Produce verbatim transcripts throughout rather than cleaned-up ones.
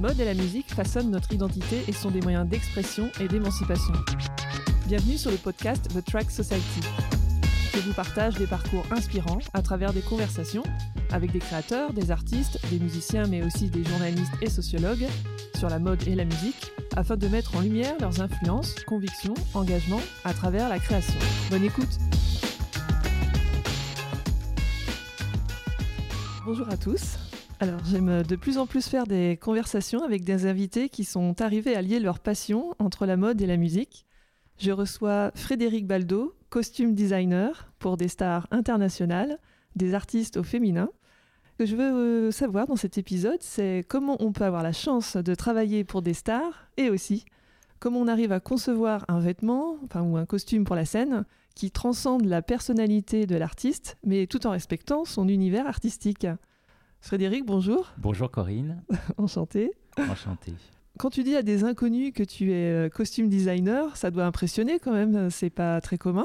mode et la musique façonnent notre identité et sont des moyens d'expression et d'émancipation. Bienvenue sur le podcast The Track Society. Je vous partage des parcours inspirants à travers des conversations avec des créateurs, des artistes, des musiciens mais aussi des journalistes et sociologues sur la mode et la musique afin de mettre en lumière leurs influences, convictions, engagements à travers la création. Bonne écoute! Bonjour à tous. Alors, j'aime de plus en plus faire des conversations avec des invités qui sont arrivés à lier leur passion entre la mode et la musique. Je reçois Frédéric Baldo, costume designer pour des stars internationales, des artistes au féminin. Ce que je veux savoir dans cet épisode, c'est comment on peut avoir la chance de travailler pour des stars et aussi comment on arrive à concevoir un vêtement, enfin, ou un costume pour la scène qui transcende la personnalité de l'artiste, mais tout en respectant son univers artistique. Frédéric, bonjour. Bonjour Corinne. Enchanté. Enchanté. Quand tu dis à des inconnus que tu es costume designer, ça doit impressionner quand même, c'est pas très commun.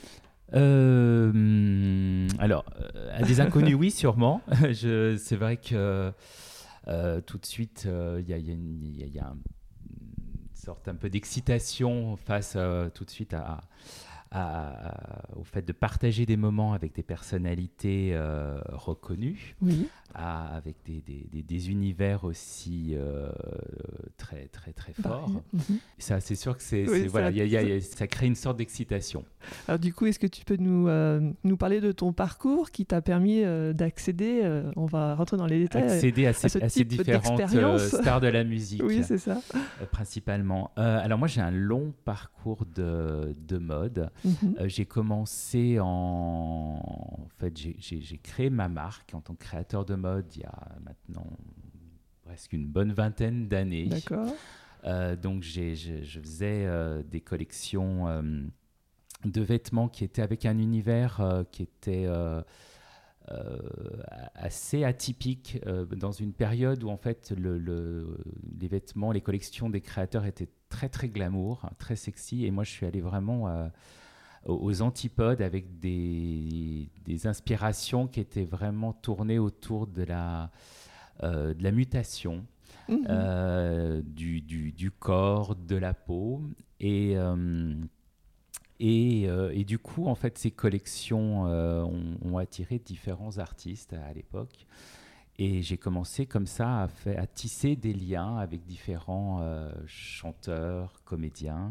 Euh, alors, à des inconnus, oui, sûrement. Je, c'est vrai que euh, tout de suite, il euh, y, y, y, y a une sorte un peu d'excitation face euh, tout de suite à... À, à, au fait de partager des moments avec des personnalités euh, reconnues, oui. à, avec des, des, des, des univers aussi euh, très, très, très forts. Bah, mm-hmm. Ça, c'est sûr que c'est, oui, c'est, voilà, y a, y a, y a, ça crée une sorte d'excitation. Alors du coup, est-ce que tu peux nous, euh, nous parler de ton parcours qui t'a permis euh, d'accéder, euh, on va rentrer dans les détails, accéder à, ces, à, ce à ces différentes euh, stars de la musique. Oui, c'est ça. Euh, principalement. Euh, alors moi, j'ai un long parcours de, de mode. Mm-hmm. Euh, j'ai commencé en... En fait, j'ai, j'ai, j'ai créé ma marque en tant que créateur de mode il y a maintenant presque une bonne vingtaine d'années. D'accord. Euh, donc, j'ai, je, je faisais euh, des collections euh, de vêtements qui étaient avec un univers euh, qui était euh, euh, assez atypique euh, dans une période où, en fait, le, le, les vêtements, les collections des créateurs étaient très, très glamour, très sexy. Et moi, je suis allé vraiment... Euh, aux antipodes avec des, des inspirations qui étaient vraiment tournées autour de la, euh, de la mutation, mmh. euh, du, du, du corps, de la peau. Et, euh, et, euh, et du coup, en fait, ces collections euh, ont, ont attiré différents artistes à, à l'époque. Et j'ai commencé comme ça à, fait, à tisser des liens avec différents euh, chanteurs, comédiens.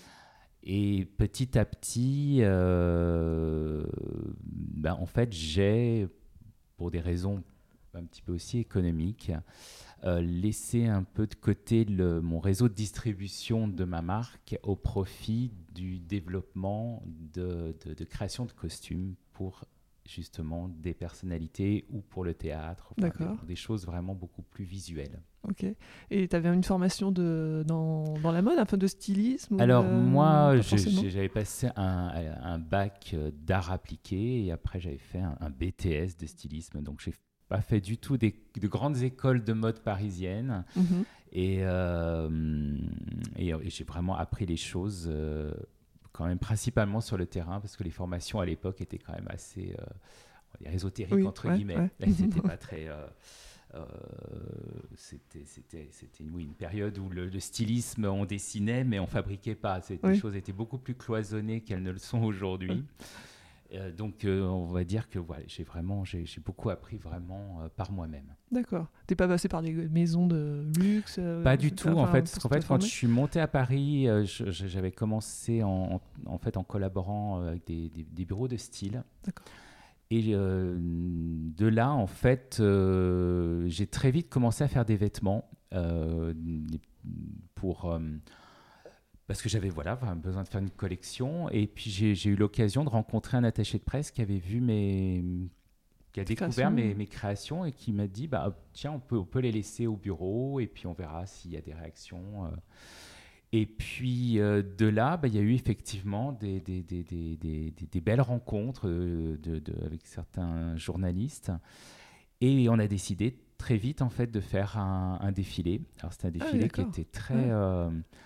Et petit à petit, euh, ben en fait, j'ai, pour des raisons un petit peu aussi économiques, euh, laissé un peu de côté le, mon réseau de distribution de ma marque au profit du développement de, de, de création de costumes pour justement des personnalités ou pour le théâtre, enfin, des, des choses vraiment beaucoup plus visuelles. Ok. Et tu avais une formation de, dans, dans la mode, un peu de stylisme? Alors, euh, moi, je, j'avais passé un, un bac d'art appliqué et après, j'avais fait un, un B T S de stylisme. Donc, je n'ai pas fait du tout des, de grandes écoles de mode parisiennes. Mm-hmm. Et, euh, et, et j'ai vraiment appris les choses euh, quand même principalement sur le terrain parce que les formations à l'époque étaient quand même assez euh, ésotériques, oui, entre ouais, guillemets. Ouais. Elles n'étaient pas très... Euh, Euh, c'était, c'était, c'était oui, une période où le, le stylisme, on dessinait, mais on ne fabriquait pas. C'était, oui. Les choses étaient beaucoup plus cloisonnées qu'elles ne le sont aujourd'hui. Oui. Euh, donc, euh, on va dire que voilà, j'ai, vraiment, j'ai, j'ai beaucoup appris vraiment euh, par moi-même. D'accord. Tu n'es pas passé par des maisons de luxe euh, Pas du tout, enfin, en fait. Parce qu'en fait, quand je suis monté à Paris, euh, je, j'avais commencé en, en, en, fait, en collaborant avec des, des, des bureaux de style. D'accord. Et euh, de là, en fait, euh, j'ai très vite commencé à faire des vêtements euh, pour, euh, parce que j'avais voilà, besoin de faire une collection. Et puis, j'ai, j'ai eu l'occasion de rencontrer un attaché de presse qui avait vu mes... qui a découvert mes, mes créations et qui m'a dit bah, « Tiens, on peut, on peut les laisser au bureau et puis on verra s'il y a des réactions. » Et puis euh, de là, bah, y a eu effectivement des, des, des, des, des, des belles rencontres de, de, de, avec certains journalistes. Et on a décidé très vite en fait, de faire un, un défilé. Alors c'était un défilé ah, qui était très, ouais. euh,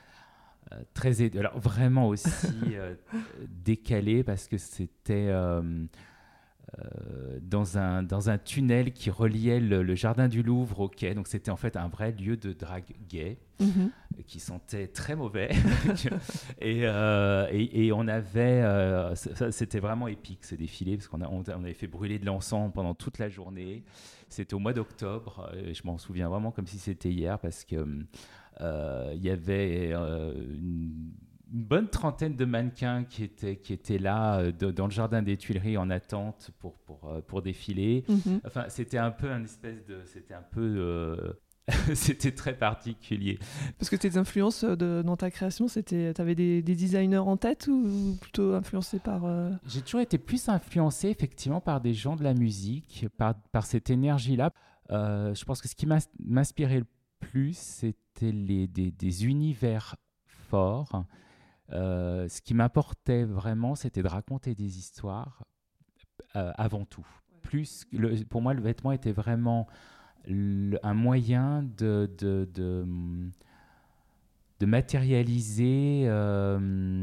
très éd... Alors vraiment aussi euh, décalé parce que c'était... Euh, euh, dans, un, dans un tunnel qui reliait le, le jardin du Louvre au quai. Donc c'était en fait un vrai lieu de drague gay Mhm. qui sentait très mauvais. et, euh, et, et on avait... Euh, ça, c'était vraiment épique ce défilé parce qu'on a, on, on avait fait brûler de l'encens pendant toute la journée. C'était au mois d'octobre. Et je m'en souviens vraiment comme si c'était hier parce qu'il euh, y avait euh, une, une bonne trentaine de mannequins qui étaient, qui étaient là euh, de, dans le jardin des Tuileries en attente pour, pour, euh, pour défiler. Mhm. Enfin, c'était un peu un espèce de... C'était un peu... Euh, c'était très particulier. Parce que tes influences de, dans ta création, c'était, t'avais des, des designers en tête ou plutôt influencé par... Euh... J'ai toujours été plus influencé effectivement par des gens de la musique, par, par cette énergie-là. Euh, je pense que ce qui m'a, m'inspirait le plus, c'était les, des, des univers forts. Euh, ce qui m'apportait vraiment, c'était de raconter des histoires euh, avant tout. Plus, le, pour moi, le vêtement était vraiment le, un moyen de... de, de de matérialiser euh,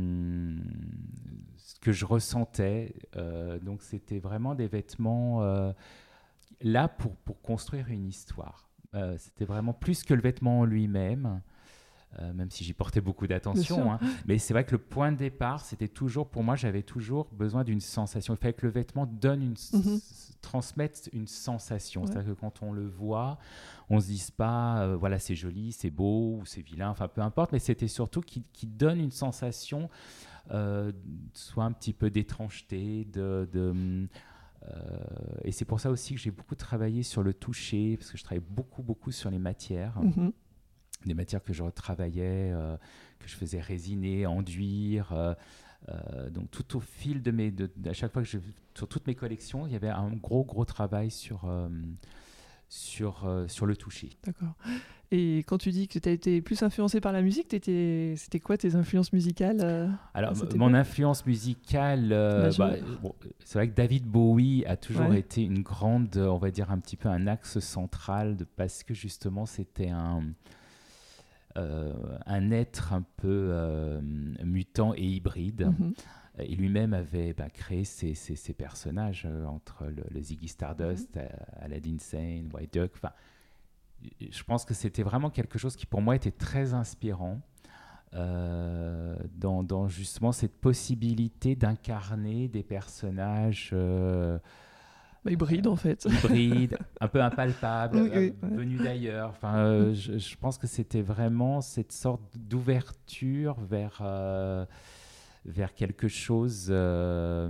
ce que je ressentais. Euh, donc, c'était vraiment des vêtements euh, là pour, pour construire une histoire. Euh, c'était vraiment plus que le vêtement en lui-même, euh, même si j'y portais beaucoup d'attention. Hein. Mais c'est vrai que le point de départ, c'était toujours, pour moi, j'avais toujours besoin d'une sensation. Il fallait que le vêtement donne une, mm-hmm. s- transmette une sensation. Ouais. C'est-à-dire que quand on le voit, on ne se dise pas, euh, voilà, c'est joli, c'est beau, ou c'est vilain, enfin peu importe, mais c'était surtout qu'il, qu'il donne une sensation, euh, soit un petit peu d'étrangeté, de... de euh, et c'est pour ça aussi que j'ai beaucoup travaillé sur le toucher, parce que je travaille beaucoup, beaucoup sur les matières. Mm-hmm. Des matières que je retravaillais, euh, que je faisais résiner, enduire. Euh, euh, donc tout au fil de mes... De, de, à chaque fois que je... Sur toutes mes collections, il y avait un gros, gros travail sur... Euh, Sur, euh, sur le toucher. D'accord. Et quand tu dis que tu as été plus influencé par la musique, t'étais... c'était quoi tes influences musicales euh, Alors, mon influence musicale, euh, bah, bon, c'est vrai que David Bowie a toujours ouais. été une grande, on va dire un petit peu un axe central, de, parce que justement c'était un, euh, un être un peu euh, mutant et hybride. Mm-hmm. Et lui-même avait bah, créé ces, ces, ces personnages euh, entre le, le Ziggy Stardust, mm-hmm. Aladdin Sane, White Duck. Enfin, je pense que c'était vraiment quelque chose qui, pour moi, était très inspirant euh, dans, dans justement cette possibilité d'incarner des personnages euh, bah, hybrides, en fait. Hybrides, un peu impalpables, oui, euh, oui, venus ouais. d'ailleurs. Enfin, euh, je, je pense que c'était vraiment cette sorte d'ouverture vers... Euh, vers quelque chose euh,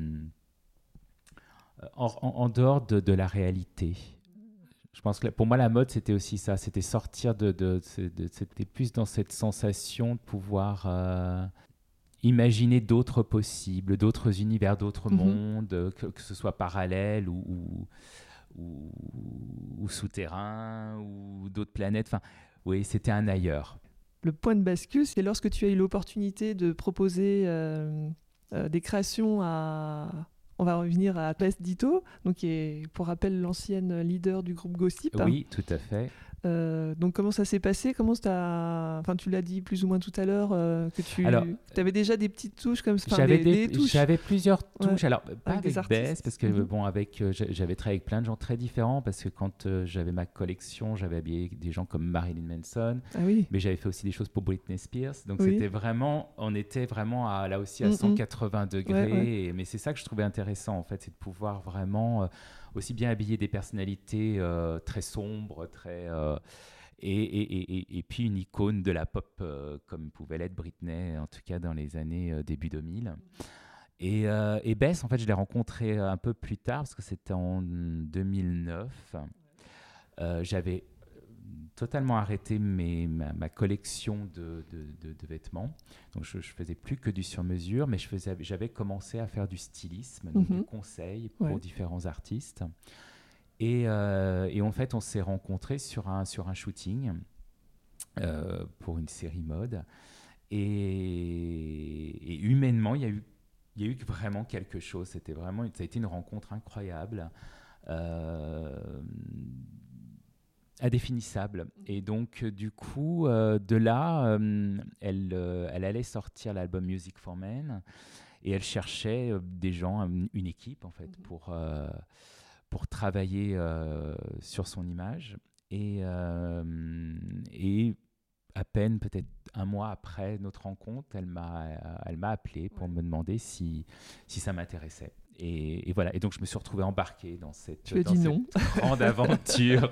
en, en, en dehors de, de la réalité. Je pense que pour moi, la mode, c'était aussi ça. C'était sortir de... de, de, de c'était plus dans cette sensation de pouvoir euh, imaginer d'autres possibles, d'autres univers, d'autres mm-hmm. mondes, que, que ce soit parallèle ou, ou, ou, ou souterrain ou d'autres planètes. Enfin, oui, c'était un ailleurs. Le point de bascule, c'est lorsque tu as eu l'opportunité de proposer euh, euh, des créations à... On va revenir à Bess Ditto, donc qui est, pour rappel, l'ancienne leader du groupe Gossip. Oui, tout à fait. Euh, donc comment ça s'est passé ? Comment t'as... Enfin, tu l'as dit plus ou moins tout à l'heure, euh, que tu avais déjà des petites touches comme ça. J'avais, des, des, des touches. J'avais plusieurs touches. Ouais. Alors, pas avec, avec Bess, parce que mm-hmm. bon, avec, euh, j'avais travaillé avec plein de gens très différents, parce que quand euh, j'avais ma collection, j'avais habillé des gens comme Marilyn Manson, ah, oui. mais j'avais fait aussi des choses pour Britney Spears. Donc oui. c'était vraiment, on était vraiment à, là aussi à mm-hmm. cent quatre-vingts degrés. Ouais, ouais. Et, mais c'est ça que je trouvais intéressant, en fait, c'est de pouvoir vraiment euh, aussi bien habiller des personnalités euh, très sombres, très... Euh, Et, et, et, et puis une icône de la pop euh, comme pouvait l'être Britney, en tout cas dans les années euh, début deux mille. Et, euh, et Bess, en fait, je l'ai rencontrée un peu plus tard, parce que c'était en deux mille neuf. Euh, j'avais totalement arrêté mes, ma, ma collection de, de, de, de vêtements. Donc, je ne faisais plus que du sur-mesure, mais je faisais, j'avais commencé à faire du stylisme, donc mm-hmm. du conseil pour ouais. différents artistes. Et, euh, et en fait, on s'est rencontrés sur un, sur un shooting euh, pour une série mode. Et, et humainement, il y a eu, il y a eu vraiment quelque chose. C'était vraiment, ça a été une rencontre incroyable, euh, indéfinissable. Et donc, du coup, euh, de là, euh, elle, euh, elle allait sortir l'album Music for Men. Et elle cherchait des gens, une équipe en fait, mmh. pour, euh, pour travailler euh, sur son image. Et, euh, et à peine, peut-être un mois après notre rencontre, elle m'a, elle m'a appelé pour ouais. me demander si, si ça m'intéressait. Et, et voilà. Et donc, je me suis retrouvé embarqué dans cette, tu as dans dit cette non. grande aventure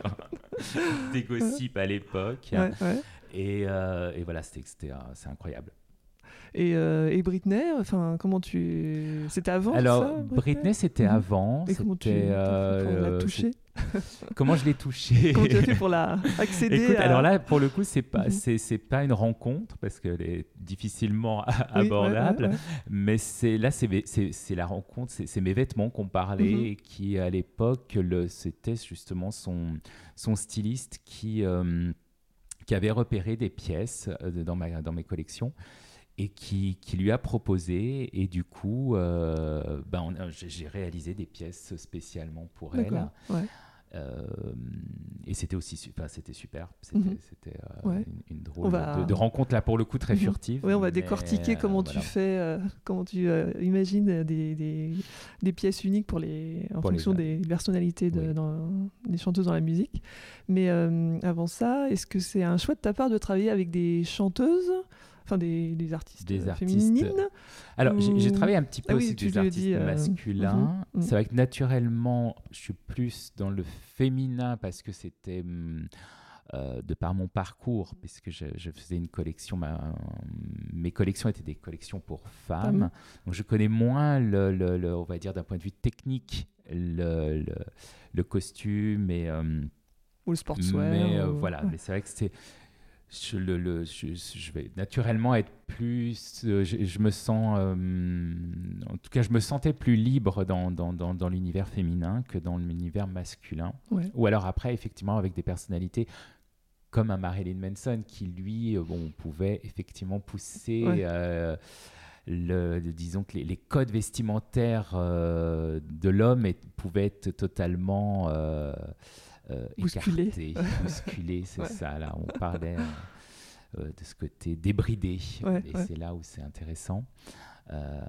des gossips à l'époque. Ouais, ouais. Et, euh, et voilà, c'était, c'était, euh, c'est incroyable. Et, euh, et Britney, enfin, comment tu... C'était avant Alors, ça, Britney, Britney, c'était mmh. avant. Et c'était, comment tu euh, pour la toucher Comment je l'ai touchée? Comment tu as fait pour la accéder Écoute, à... alors là, pour le coup, c'est pas, mmh. c'est, c'est pas une rencontre parce qu'elle est difficilement abordable. Oui, ouais, ouais, ouais. Mais c'est, là, c'est, c'est, c'est la rencontre, c'est, c'est mes vêtements qu'on parlait mmh. et qui, à l'époque, le, c'était justement son, son styliste qui, euh, qui avait repéré des pièces dans, ma, dans mes collections. Et qui, qui lui a proposé, et du coup, euh, ben on a, j'ai réalisé des pièces spécialement pour D'accord, elle. Ouais. Euh, et c'était aussi, enfin, c'était super. C'était, mmh. c'était euh, ouais. une, une drôle va... de, de rencontre là pour le coup très mmh. furtive. Oui, on va mais, décortiquer comment euh, tu voilà. fais, euh, comment tu euh, imagines des, des, des pièces uniques pour les, en pour fonction les... des personnalités de, oui. dans, des chanteuses dans la musique. Mais euh, avant ça, est-ce que c'est un choix de ta part de travailler avec des chanteuses? Enfin, des, des artistes des féminines artistes... Alors, ou... j'ai, j'ai travaillé un petit peu ah, aussi avec oui, des artistes dit, euh... masculins. Mmh, mmh. C'est vrai que naturellement, je suis plus dans le féminin parce que c'était euh, de par mon parcours, puisque je, je faisais une collection, ma, mes collections étaient des collections pour femmes. Mmh. Donc, je connais moins, le, le, le, on va dire d'un point de vue technique, le, le, le costume et... Euh, ou le sportswear. Mais euh, ou... voilà, ouais. mais c'est vrai que c'est... Je, le, le, je, je vais naturellement être plus... Euh, je, je me sens... Euh, en tout cas, je me sentais plus libre dans, dans, dans, dans l'univers féminin que dans l'univers masculin. Ouais. Ou alors après, effectivement, avec des personnalités comme un Marilyn Manson qui, lui, euh, bon, pouvait effectivement pousser... Ouais. Euh, le, disons que les, les codes vestimentaires euh, de l'homme et, pouvaient être totalement... Euh, Euh, bousculé, écarté, bousculé, c'est ouais. ça. Là, on parlait euh, de ce côté débridé, ouais, et ouais. c'est là où c'est intéressant. Euh,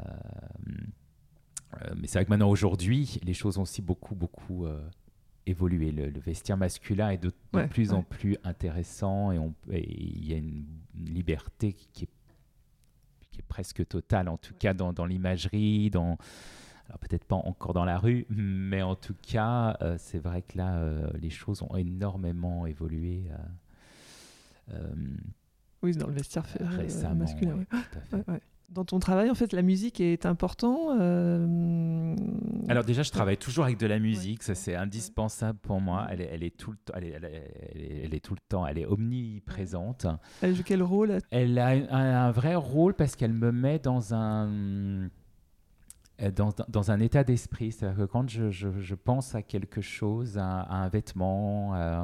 euh, mais c'est vrai que maintenant, aujourd'hui, les choses ont aussi beaucoup, beaucoup euh, évolué. Le, le vestiaire masculin est de, de ouais, plus ouais. en plus intéressant, et il y a une, une liberté qui, qui, est, qui est presque totale, en tout cas dans, dans l'imagerie, dans Alors peut-être pas encore dans la rue, mais en tout cas, euh, c'est vrai que là, euh, les choses ont énormément évolué. Euh, euh, oui, dans le vestiaire euh, récemment, masculin. Ouais, Ouais. tout à fait. Ouais, ouais. Dans ton travail, en fait, la musique est important. Euh... Alors déjà, je travaille toujours avec de la musique, ouais. ça c'est indispensable pour moi. Elle est, elle est tout le temps, elle est, elle est, elle est, elle est tout le temps, elle est omniprésente. Elle joue quel rôle? Elle a un, un vrai rôle parce qu'elle me met dans un Dans, dans un état d'esprit, c'est-à-dire que quand je, je, je pense à quelque chose, à, à un vêtement, à,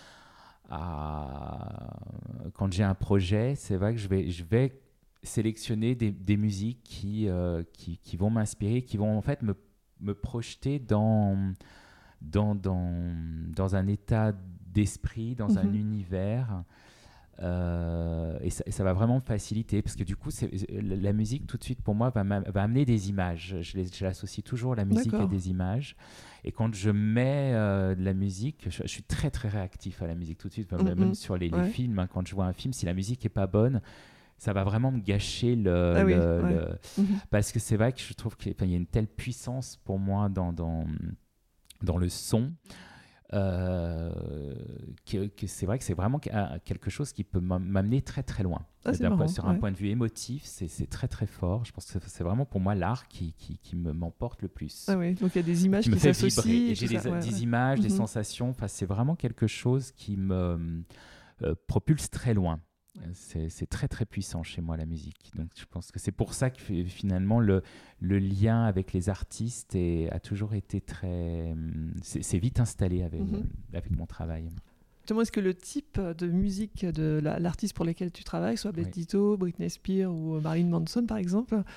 à, quand j'ai un projet, c'est vrai que je vais, je vais sélectionner des, des musiques qui, euh, qui, qui vont m'inspirer, qui vont en fait me, me projeter dans, dans, dans, dans un état d'esprit, dans mm-hmm. un univers. Euh, et, ça, et ça va vraiment me faciliter parce que du coup c'est, la musique tout de suite pour moi va, va amener des images. Je, les, je l'associe toujours la musique D'accord. à des images, et quand je mets euh, de la musique, je, je suis très très réactif à la musique tout de suite, mm-hmm. même sur les, ouais. les films, hein, quand je vois un film, si la musique est pas bonne, ça va vraiment me gâcher le, ah le, oui, le ouais. mm-hmm. parce que c'est vrai que je trouve qu'il y a une telle puissance pour moi dans, dans, dans le son. Euh, que, que c'est vrai que c'est vraiment quelque chose qui peut m'amener très très loin. Ah, c'est marrant, sur ouais. un point de vue émotif, c'est, c'est très très fort. Je pense que c'est vraiment pour moi l'art qui, qui, qui me, m'emporte le plus. Ah oui, donc il y a des images qui, qui me fait s'associent. Vibrer. Et j'ai des, ça, ouais, des ouais. images, mm-hmm. des sensations. Enfin, c'est vraiment quelque chose qui me euh, propulse très loin. C'est, c'est très très puissant chez moi la musique, donc je pense que c'est pour ça que finalement le, le lien avec les artistes est, a toujours été très c'est, c'est vite installé avec, mm-hmm. avec mon travail. Comment est-ce que le type de musique de la, l'artiste pour lequel tu travailles, soit Betty oui. Tito, Britney Spears ou Marilyn Manson par exemple,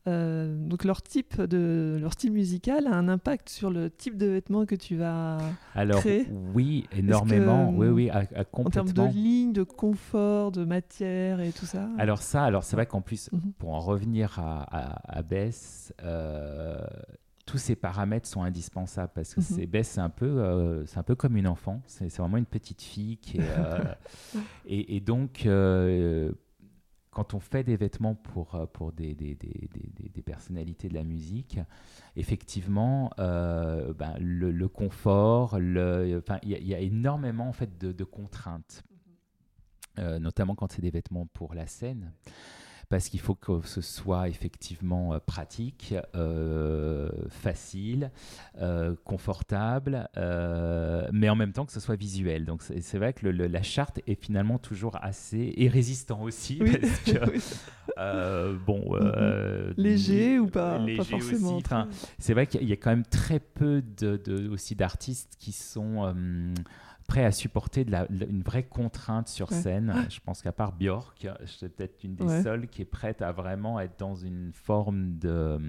Euh, donc leur type de leur style musical a un impact sur le type de vêtements que tu vas Alors, créer. oui, énormément. que, oui, oui, à, à En termes de complètement. ligne, de confort, de matière et tout ça. Alors ça, alors c'est vrai qu'en plus, Mhm. pour en revenir à, à, à Bess, euh, tous ces paramètres sont indispensables parce que Mhm. c'est, Bess, c'est un peu, euh, c'est un peu comme une enfant. C'est, c'est vraiment une petite fille qui est, euh, et, et donc, euh, quand on fait des vêtements pour, euh, pour des, des, des, des, des personnalités de la musique, effectivement, euh, ben, le, le confort, le, enfin, il y, a- il y a énormément en fait de, de contraintes, euh, notamment quand c'est des vêtements pour la scène, parce qu'il faut que ce soit effectivement euh, pratique, euh, facile, euh, confortable, euh, mais en même temps que ce soit visuel. Donc c'est, c'est vrai que le- le- la charte est finalement toujours assez et résistant aussi, Oui. parce que Oui. euh, bon, Mhm. euh, Léger ou pas, léger pas forcément. aussi. très- Enfin, c'est vrai qu'il y a quand même très peu de, de- aussi d'artistes qui sont euh, prêts à supporter de la, la- une vraie contrainte sur Ouais. scène. Je pense qu'à part Björk, c'est peut-être une des Ouais. seules qui est prête à vraiment être dans une forme de...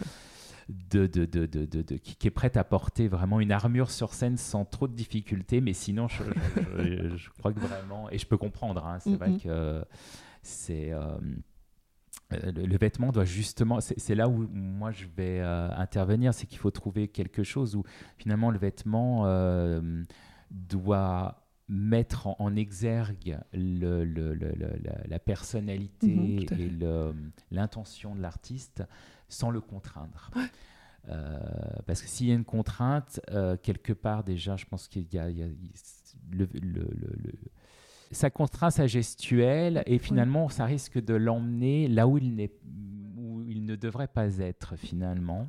De, de, de, de, de- de- qui, qui est prête à porter vraiment une armure sur scène sans trop de difficultés, mais sinon je, je- je- je crois que vraiment, et je peux comprendre, hein, c'est vrai Mhm. que c'est euh, euh, le, le vêtement doit justement, c'est, c'est là où moi je vais euh, intervenir, c'est qu'il faut trouver quelque chose où finalement le vêtement euh, doit mettre en, en exergue le, le- le- le- la, la personnalité Mhm, tout à et fait. le- l'intention de l'artiste sans le contraindre. Euh, parce que s'il y a une contrainte, euh, quelque part déjà, je pense qu'il y a, il y a- il- le, le- le- le- ça contraint sa gestuelle et Ouais. finalement ça risque de l'emmener là où il, n'est, où il ne devrait pas être finalement.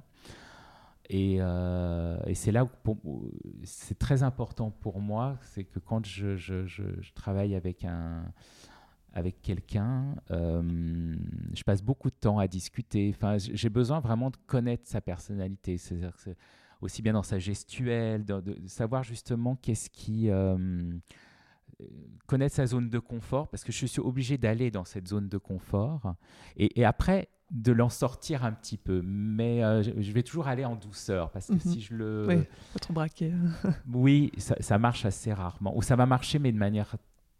Et, euh, et c'est là où, pour- où c'est très important pour moi, c'est que quand je, je- je- je travaille avec un avec quelqu'un, euh, je passe beaucoup de temps à discuter. Enfin, j- j'ai besoin vraiment de connaître sa personnalité, c'est-à-dire que c'est aussi bien dans sa gestuelle, de, de savoir justement qu'est-ce qui euh, connaître sa zone de confort, parce que je suis obligé d'aller dans cette zone de confort, et, et après de l'en sortir un petit peu. Mais euh, je je vais toujours aller en douceur, parce que Mhm. si je le... Oui, pas trop braqué. Oui, ça, ça marche assez rarement. Ou ça va marcher, mais de manière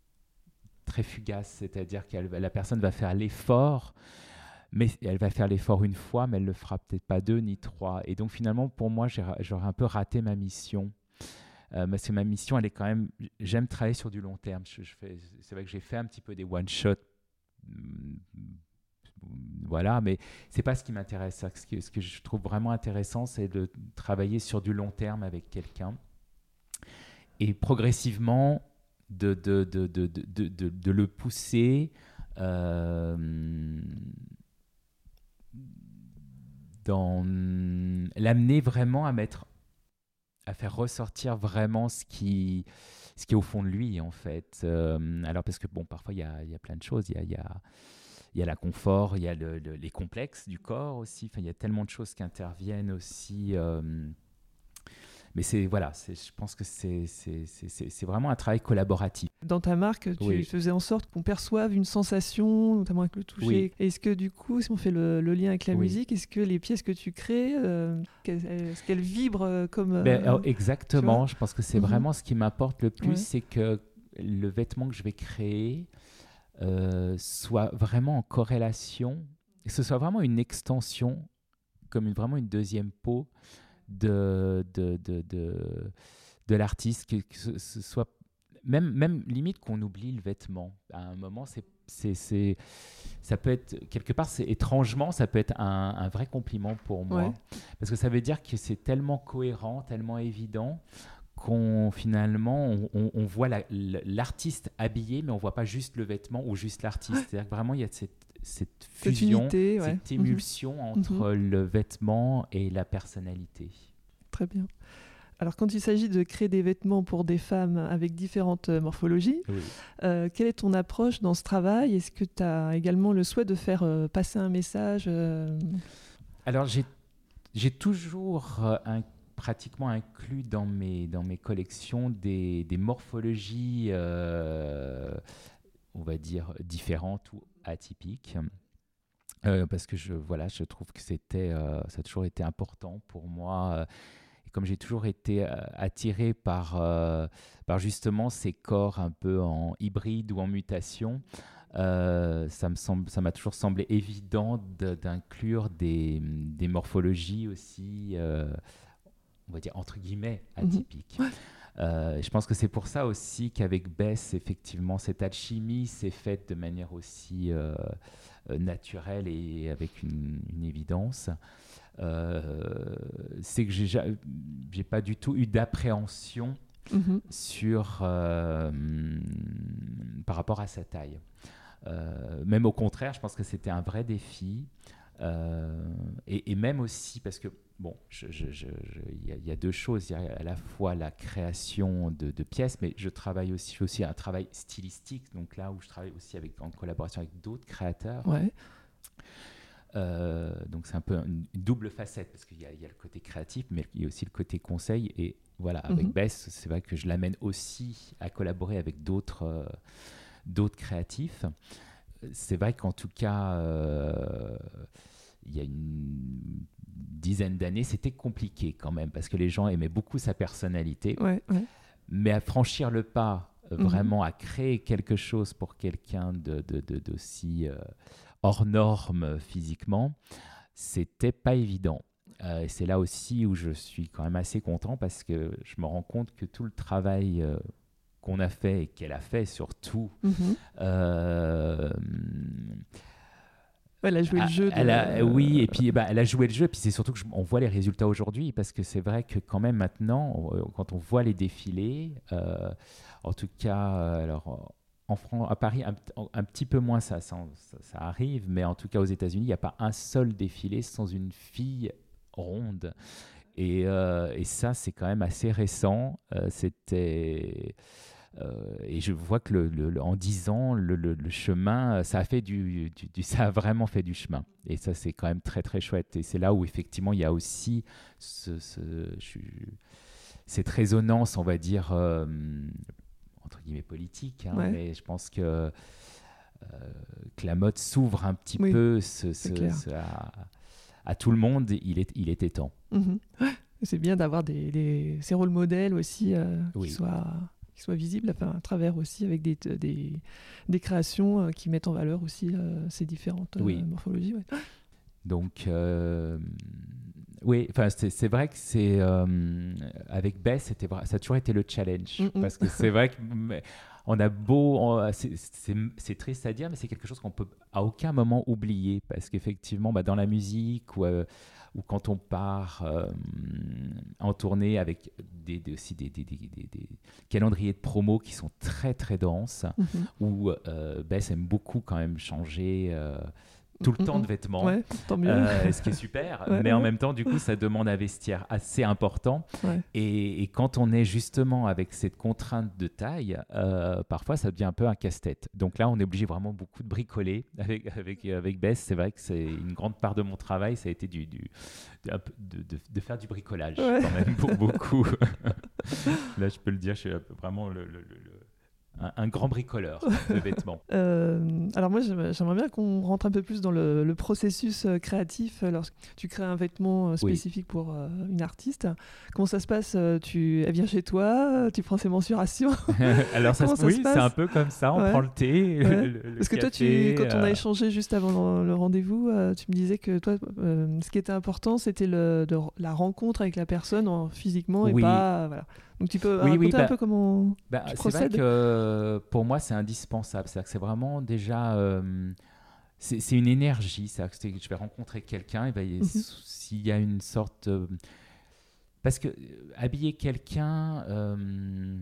très fugace, c'est-à-dire que la personne va faire l'effort, mais elle va faire l'effort une fois, mais elle le fera peut-être pas deux ni trois. Et donc finalement, pour moi, j'ai ra- j'aurais un peu raté ma mission. Euh, parce que ma mission, elle est quand même. J'aime travailler sur du long terme. Je, je fais, c'est vrai que j'ai fait un petit peu des one shot, mm, voilà, mais c'est pas ce qui m'intéresse. Ce que, ce que je trouve vraiment intéressant, c'est de travailler sur du long terme avec quelqu'un et progressivement de, de, de, de, de, de, de- de le pousser euh, dans l'amener vraiment à mettre à faire ressortir vraiment ce qui ce qui est au fond de lui en fait. Euh, alors parce que bon parfois il y a, il y a plein de choses, il y a, il y a il y a la confort, il y a le, le, les complexes du corps aussi, enfin, il y a tellement de choses qui interviennent aussi. Euh, mais c'est voilà, c'est, je pense que c'est, c'est, c'est, c'est, c'est vraiment un travail collaboratif. Dans ta marque, tu Oui. faisais en sorte qu'on perçoive une sensation, notamment avec le toucher. Oui. Est-ce que du coup, si on fait le, le lien avec la Oui. musique, est-ce que les pièces que tu crées, euh, qu'elles- est-ce qu'elles vibrent euh, comme... euh, Ben, alors, tu exactement, vois je pense que c'est Mhm. vraiment ce qui m'importe le plus, Ouais. c'est que le vêtement que je vais créer euh, soit vraiment en corrélation, et que ce soit vraiment une extension, comme une, vraiment une deuxième peau de, de, de, de, de l'artiste, que, que ce, ce soit même, même limite qu'on oublie le vêtement. À un moment, c'est, c'est, c'est, ça peut être, quelque part, c'est étrangement, ça peut être un, un vrai compliment pour moi, Ouais. parce que ça veut dire que c'est tellement cohérent, tellement évident, qu'on finalement on, on, on voit la, l'artiste habillé, mais on voit pas juste le vêtement ou juste l'artiste. C'est-à-dire que vraiment il y a cette, cette Cette fusion, unité, ouais. cette émulsion Mhm. entre le vêtement et la personnalité. Très bien. Alors, quand il s'agit de créer des vêtements pour des femmes avec différentes euh, morphologies, Oui. euh, quelle est ton approche dans ce travail ? Est-ce que tu as également le souhait de faire euh, passer un message euh... Alors j'ai, j'ai toujours euh, un, pratiquement inclus dans mes, dans mes collections des, des morphologies, euh, on va dire, différentes ou atypiques. Euh, parce que je, voilà, je trouve que c'était, euh, ça a toujours été important pour moi. euh, et comme j'ai toujours été euh, attiré par, euh, par justement ces corps un peu en hybride ou en mutation, euh, ça me semble, ça m'a toujours semblé évident de- d'inclure des, des morphologies aussi, euh, on va dire entre guillemets, Mhm. atypiques. Euh, je pense que c'est pour ça aussi qu'avec Bess, effectivement, cette alchimie s'est faite de manière aussi euh, euh, naturelle et avec une, une évidence. Euh, c'est que j'ai, ja- j'ai pas du tout eu d'appréhension Mhm. sur euh, par rapport à sa taille. Euh, même au contraire, je pense que c'était un vrai défi. Euh, et, et même aussi parce que bon, je- je- je- je- il y, a- il y a deux choses. Il y a à la fois la création de, de pièces, mais je travaille aussi, je fais aussi un travail stylistique. Donc là où je travaille aussi avec, en collaboration avec d'autres créateurs. Ouais. Euh, donc c'est un peu une, une double facette parce qu'il y, a- il y a le côté créatif, mais il y a aussi le côté conseil. Et voilà, avec Mhm. Bess, c'est vrai que je l'amène aussi à collaborer avec d'autres euh, d'autres créatifs. C'est vrai qu'en tout cas, euh, il y a une dizaine d'années, c'était compliqué quand même parce que les gens aimaient beaucoup sa personnalité. Ouais, ouais. Mais à franchir le pas, euh, Mhm. vraiment à créer quelque chose pour quelqu'un de, de, de- d'aussi euh, hors norme euh, physiquement, c'était pas évident. Euh, et c'est là aussi où je suis quand même assez content parce que je me rends compte que tout le travail euh, qu'on a fait et qu'elle a fait surtout, Mhm. euh, Ouais, elle a joué le ah, jeu elle a, de. oui, et puis bah, elle a joué le jeu, puis c'est surtout que je- on voit les résultats aujourd'hui, parce que c'est vrai que quand même maintenant, on- quand on voit les défilés, euh, en tout cas, euh, alors en France, à Paris, un, un petit peu moins ça, ça, ça- ça arrive, mais en tout cas aux États-Unis, il n'y a pas un seul défilé sans une fille ronde. Et, euh, et ça, c'est quand même assez récent. Euh, c'était euh, et je vois que le, le- le- en dix ans, le, le- le chemin, ça a fait du, du- du- ça a vraiment fait du chemin. Et ça, c'est quand même très très chouette. Et c'est là où effectivement, il y a aussi ce, ce- je suis- cette résonance, on va dire, euh, entre guillemets politique. Hein, Ouais, mais je pense que, euh, que la mode s'ouvre un petit oui, peu ce- c'est ce- clair. ce- à, à tout le monde. Il, est, il était temps. Mhm. C'est bien d'avoir des, des- ces rôles modèles aussi euh, qui Oui. soient, qui soient visibles enfin, à travers aussi avec des, des, des créations euh, qui mettent en valeur aussi euh, ces différentes euh, Oui. morphologies. Ouais. Donc, euh, oui, enfin, c'est c'est vrai que c'est euh, avec Bess, c'était vra- ça a toujours été le challenge Mm, mm. parce que c'est vrai que mais, on a beau, on- c'est c'est- c'est triste à dire, mais c'est quelque chose qu'on peut à aucun moment oublier parce qu'effectivement, bah, dans la musique ou, euh, ou quand on part euh, en tournée avec des, des- aussi des, des, des- des- des calendriers de promo qui sont très très denses, Mhm. où euh, Bess aime beaucoup quand même changer. euh, tout le Mm, temps mm. de vêtements, Ouais, tant mieux. euh, ce qui est super, Ouais, mais en ouais, même temps, du coup, ça demande un vestiaire assez important. ouais. Et, et quand on est justement avec cette contrainte de taille, euh, parfois ça devient un peu un casse-tête. Donc là, on est obligé vraiment beaucoup de bricoler avec, avec, avec Bess. C'est vrai que c'est une grande part de mon travail, ça a été du, du, de, un peu- de- de- de faire du bricolage Ouais. quand même pour beaucoup. Là, je peux le dire, je suis vraiment le, le- le- le- un, un grand bricoleur de vêtements. Euh, alors moi, j'aimerais j'aimerais bien qu'on rentre un peu plus dans le, le processus euh, créatif euh, lorsque tu crées un vêtement euh, Oui. spécifique pour euh, une artiste. Comment ça se passe euh, tu, Elle vient chez toi, euh, tu prends ses mensurations. Alors ça, Comment se- ça se oui, passe c'est un peu comme ça. On Ouais. prend le thé, Ouais. le, le Parce que toi, café, tu, quand on a euh, échangé juste avant le, le rendez-vous, euh, tu me disais que toi, euh, ce qui était important, c'était le, de- la rencontre avec la personne en, physiquement et Oui. pas... euh, voilà. Donc tu peux Oui, raconter oui, un bah, peu comment bah, tu c'est vrai procèdes. que euh, pour moi, c'est indispensable. C'est-à-dire que c'est vraiment déjà. euh, c'est c'est une énergie. C'est-à-dire que c'est- je vais rencontrer quelqu'un, et ben, il y a- Mhm. s'il y a une sorte. euh, parce que euh, habiller quelqu'un, euh,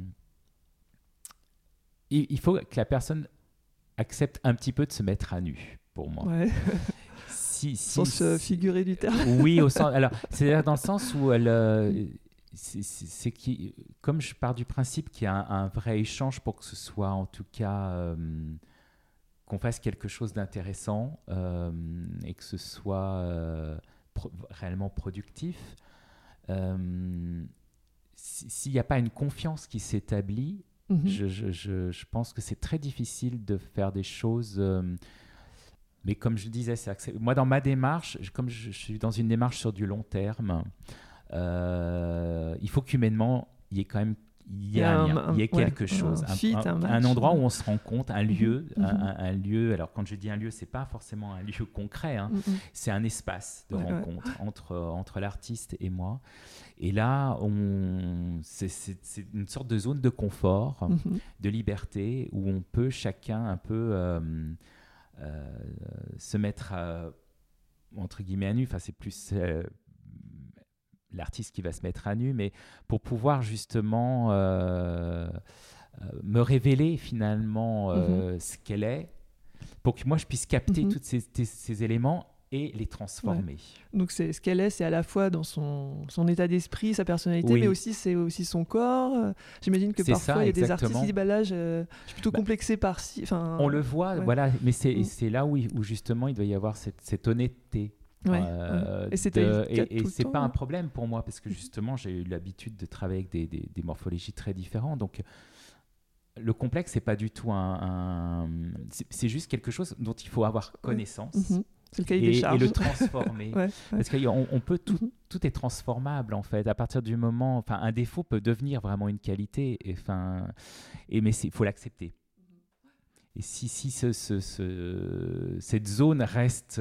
il, il faut que la personne accepte un petit peu de se mettre à nu, pour moi. Ouais, Si, si, sens euh, si- figuré du terme. Oui, au sens. Alors, c'est dans le sens où elle. euh, c'est c'est- c'est qui, comme je pars du principe qu'il y a un, un vrai échange pour que ce soit, en tout cas, euh, qu'on fasse quelque chose d'intéressant euh, et que ce soit euh, pro- réellement productif. Euh, si- S'il n'y a pas une confiance qui s'établit, Mhm. je, je- je- je pense que c'est très difficile de faire des choses. euh, mais comme je disais, c'est accès... moi dans ma démarche, je- comme je, je suis dans une démarche sur du long terme, euh, il faut qu'humainement, il y ait quand même il y a un lien, il y ait quelque ouais, chose, un, un, fit, un- un, match, un endroit ouais. où on se rencontre, un lieu, Mhm, un, mhm. un- un lieu. Alors quand je dis un lieu, c'est pas forcément un lieu concret, hein, Mhm. c'est un espace de Ouais, ouais. rencontre entre entre l'artiste et moi. Et là, on, c'est, c'est- c'est une sorte de zone de confort, Mhm. de liberté, où on peut chacun un peu euh, euh, se mettre à- entre guillemets à nu. Enfin, c'est plus euh, l'artiste qui va se mettre à nu, mais pour pouvoir justement euh, euh, me révéler finalement euh, ce qu'elle est, pour que moi je puisse capter Mhm. tous ces, ces- ces éléments et les transformer. Donc c'est ce qu'elle est, c'est à la fois dans son, son état d'esprit, sa personnalité, Oui. mais aussi c'est aussi son corps. Euh, J'imagine que C'est parfois ça, il y a des artistes exactement. qui disent bah là je, je suis plutôt Bah, complexé par ci. Enfin, On le voit, ouais. voilà, mais c'est Mm. c'est là où, il- où justement il doit y avoir cette, cette honnêteté. Ouais, Euh, ouais. Et c'était de- le cas et, et tout le c'est temps, pas un hein. problème pour moi parce que justement j'ai eu l'habitude de travailler avec des, des- des morphologies très différentes. Donc le complexe c'est pas du tout un, un- c'est c'est juste quelque chose dont il faut avoir connaissance Mhm. C'est le cahier et, des et charges. le transformer. Ouais, ouais. Parce qu'on on peut tout, Mhm. tout est transformable en fait à partir du moment, enfin un défaut peut devenir vraiment une qualité. Et enfin, et mais il faut l'accepter. Et si, si ce, ce- ce- cette zone reste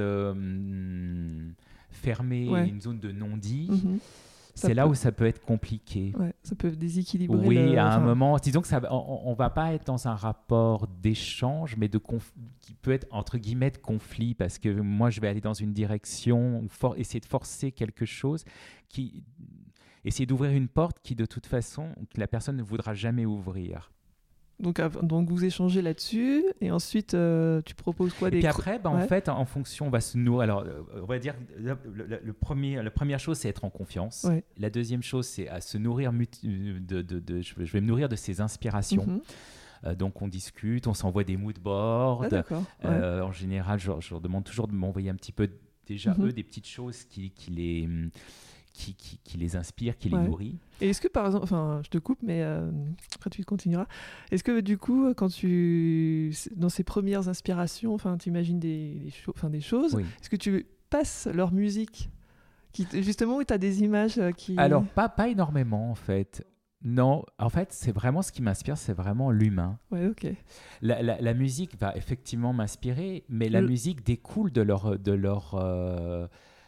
euh, fermée, Ouais. une zone de non-dit, Mhm. Ça c'est là peut- où ça peut être compliqué. Ouais, ça peut déséquilibrer. Oui, le... à un enfin, moment, disons que ça, on, on va pas être dans un rapport d'échange, mais de conf- qui peut être entre guillemets de conflit, parce que moi je vais aller dans une direction, ou for- essayer de forcer quelque chose, qui, essayer d'ouvrir une porte qui de toute façon que la personne ne voudra jamais ouvrir. Donc, av- donc vous échangez là-dessus et ensuite euh, tu proposes quoi Et des puis cro- après, bah, en Ouais. fait, en fonction, on va se nourrir. Alors, euh, on va dire, le, le- le premier, la première chose, c'est être en confiance. Ouais. La deuxième chose, c'est à se nourrir mut- de, de, de- je vais je vais me nourrir de ses inspirations. Mhm. Euh, donc, on discute, on s'envoie des mood boards. Ah, d'accord. Ouais. Euh, en général, je, je leur demande toujours de m'envoyer un petit peu, déjà, Mhm. eux, des petites choses qui, qui les... Qui, qui, qui les inspirent, qui les Ouais. nourrit. Et est-ce que par exemple, enfin, je te coupe, mais euh, après tu continueras. Est-ce que du coup, quand tu, dans ces premières inspirations, enfin, tu imagines des, des, cho- enfin, des choses, Oui. est-ce que tu passes leur musique, qui, t- justement, où tu as des images euh, qui. Alors, pas, pas énormément, en fait. Non, en fait, c'est vraiment ce qui m'inspire, c'est vraiment l'humain. Ouais, ok. La, la- la musique va effectivement m'inspirer, mais la Le- musique découle de leur, de leur, euh,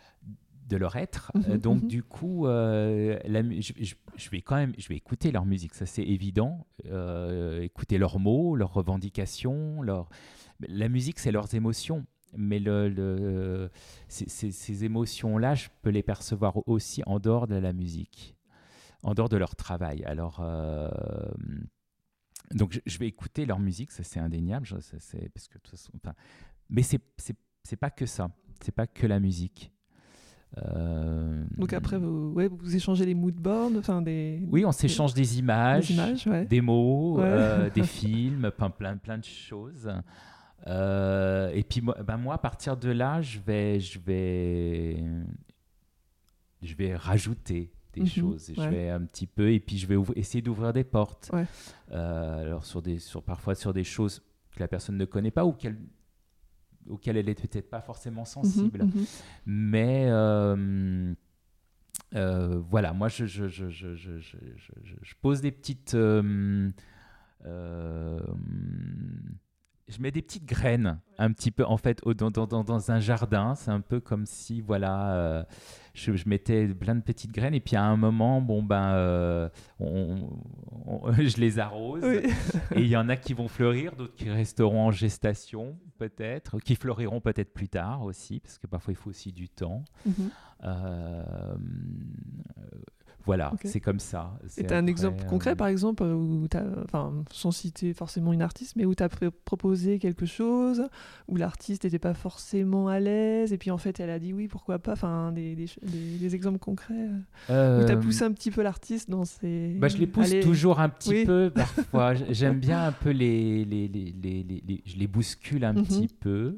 de leur être. Mhm, Euh, donc mhm. du coup, euh, la mu- je, je- je vais quand même, je vais écouter leur musique, ça c'est évident. Euh, écouter leurs mots, leurs revendications, leur... la musique c'est leurs émotions. Mais le, le- ces, ces- ces émotions-là, je peux les percevoir aussi en dehors de la musique, en dehors de leur travail. Alors, euh, donc je, je vais écouter leur musique, ça c'est indéniable, je- ça, c'est parce que de toute façon, enfin, mais c'est c'est c'est pas que ça, c'est pas que la musique. Euh, Donc après, vous, ouais, vous échangez les mood boards, enfin des. oui, on s'échange des images, Des images, ouais. des mots, Ouais. euh, des films, plein, plein, plein de choses. Euh, et puis moi, ben moi, à partir de là, je vais, je vais, je vais rajouter des Mhm, choses. Je ouais. vais un petit peu, et puis je vais ouvrir- essayer d'ouvrir des portes. Ouais. Euh, alors sur des, sur parfois sur des choses que la personne ne connaît pas ou qu'elle auxquelles elle est peut-être pas forcément sensible. Mhm, mhm. Mais euh, euh, voilà, moi je, je, je, je, je, je, je- je pose des petites. euh, euh, je mets des petites graines, un petit peu, en fait, au- dans, dans, dans, dans un jardin. C'est un peu comme si, voilà, euh, je, je mettais plein de petites graines, et puis à un moment, bon, ben, euh, on- on- je les arrose. Oui. Et il y en a qui vont fleurir, d'autres qui resteront en gestation, peut-être, qui fleuriront peut-être plus tard aussi, parce que parfois il faut aussi du temps. Mhm. Euh, voilà, Ok. c'est comme ça. Et C'est tu as un après, exemple euh, concret, par exemple, euh, où tu as, enfin, sans citer forcément une artiste, mais où tu as proposé quelque chose, où l'artiste n'était pas forcément à l'aise, et puis en fait elle a dit oui, pourquoi pas, enfin, des, des, des- des exemples concrets, euh, où tu as euh, poussé un petit peu l'artiste dans ses. bah, je les pousse Allez. toujours un petit Oui. peu parfois. J- J'aime bien un peu les, les, les, les, les- les- je les bouscule un Mhm. petit peu.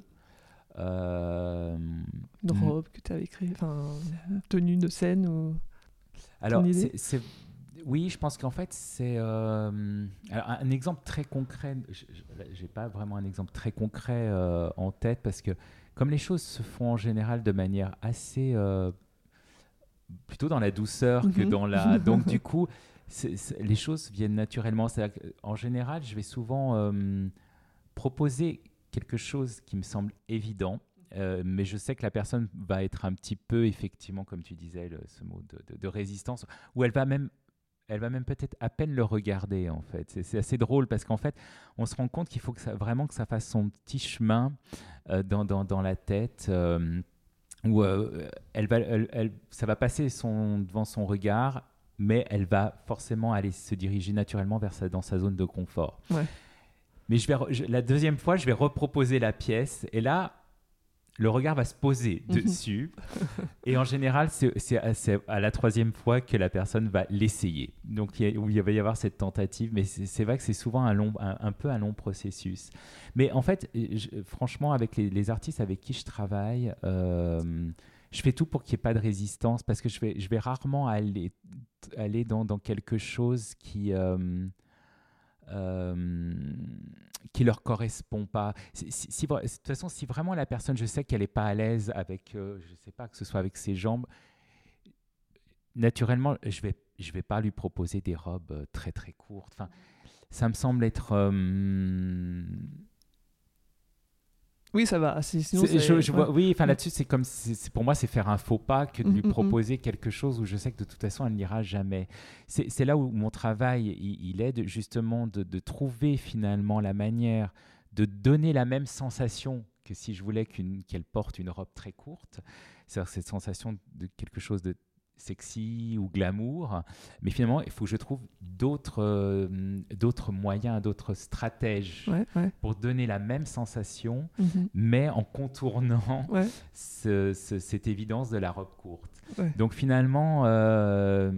Euh, Une mm. robe que tu avais créée, enfin, une tenue de scène ou. Alors, Ton idée c'est, c'est- oui, je pense qu'en fait, c'est euh, alors, un, un exemple très concret. Je n'ai pas vraiment un exemple très concret euh, en tête parce que comme les choses se font en général de manière assez euh, plutôt dans la douceur que Mhm. dans la donc du coup c'est, c'est, les choses viennent naturellement. C'est-à-dire que, en général je vais souvent euh, proposer quelque chose qui me semble évident, euh, mais je sais que la personne va être un petit peu, effectivement, comme tu disais, le- ce mot de, de- de résistance, ou elle va même, elle va même peut-être à peine le regarder, en fait. C'est, c'est assez drôle parce qu'en fait, on se rend compte qu'il faut que ça, vraiment que ça fasse son petit chemin euh, dans, dans, dans la tête. Euh, où euh, elle va, elle- elle- ça va passer son, devant son regard, mais elle va forcément aller se diriger naturellement vers sa, dans sa zone de confort. Ouais. Mais je vais re- je- la deuxième fois, je vais reproposer la pièce. Et là, le regard va se poser Mhm. dessus. Et en général, c'est, c'est à, c'est à la troisième fois que la personne va l'essayer. Donc, il, y a- où il va y avoir cette tentative. Mais c'est, c'est vrai que c'est souvent un, long, un, un peu un long processus. Mais en fait, je- franchement, avec les, les artistes avec qui je travaille, euh, je fais tout pour qu'il n'y ait pas de résistance. Parce que je vais, je vais rarement aller, aller dans, dans quelque chose qui... euh, euh, qui leur correspond pas. Si, si- si- de toute façon, si vraiment la personne, je sais qu'elle n'est pas à l'aise avec, euh, je sais pas, que ce soit avec ses jambes, naturellement, je vais, je vais pas lui proposer des robes euh, très très courtes. Enfin, ça me semble être. euh, Oui, ça va. C'est- Sinon, c'est- c'est... je, je vois, ouais. oui, enfin Mm. là-dessus, c'est comme, c'est, c'est- pour moi, c'est faire un faux pas que de Mm, lui mm, mm. proposer quelque chose où je sais que de toute façon, elle n'ira jamais. C'est, c'est là où mon travail, il, il est de, justement de, de trouver finalement la manière de donner la même sensation que si je voulais qu'une, qu'elle porte une robe très courte. C'est-à-dire cette sensation de quelque chose de sexy ou glamour, mais finalement, il faut que je trouve d'autres, euh, d'autres moyens, d'autres stratèges Ouais, ouais. pour donner la même sensation, Mhm. mais en contournant Ouais, ce- ce- cette évidence de la robe courte. ouais. Donc finalement, euh,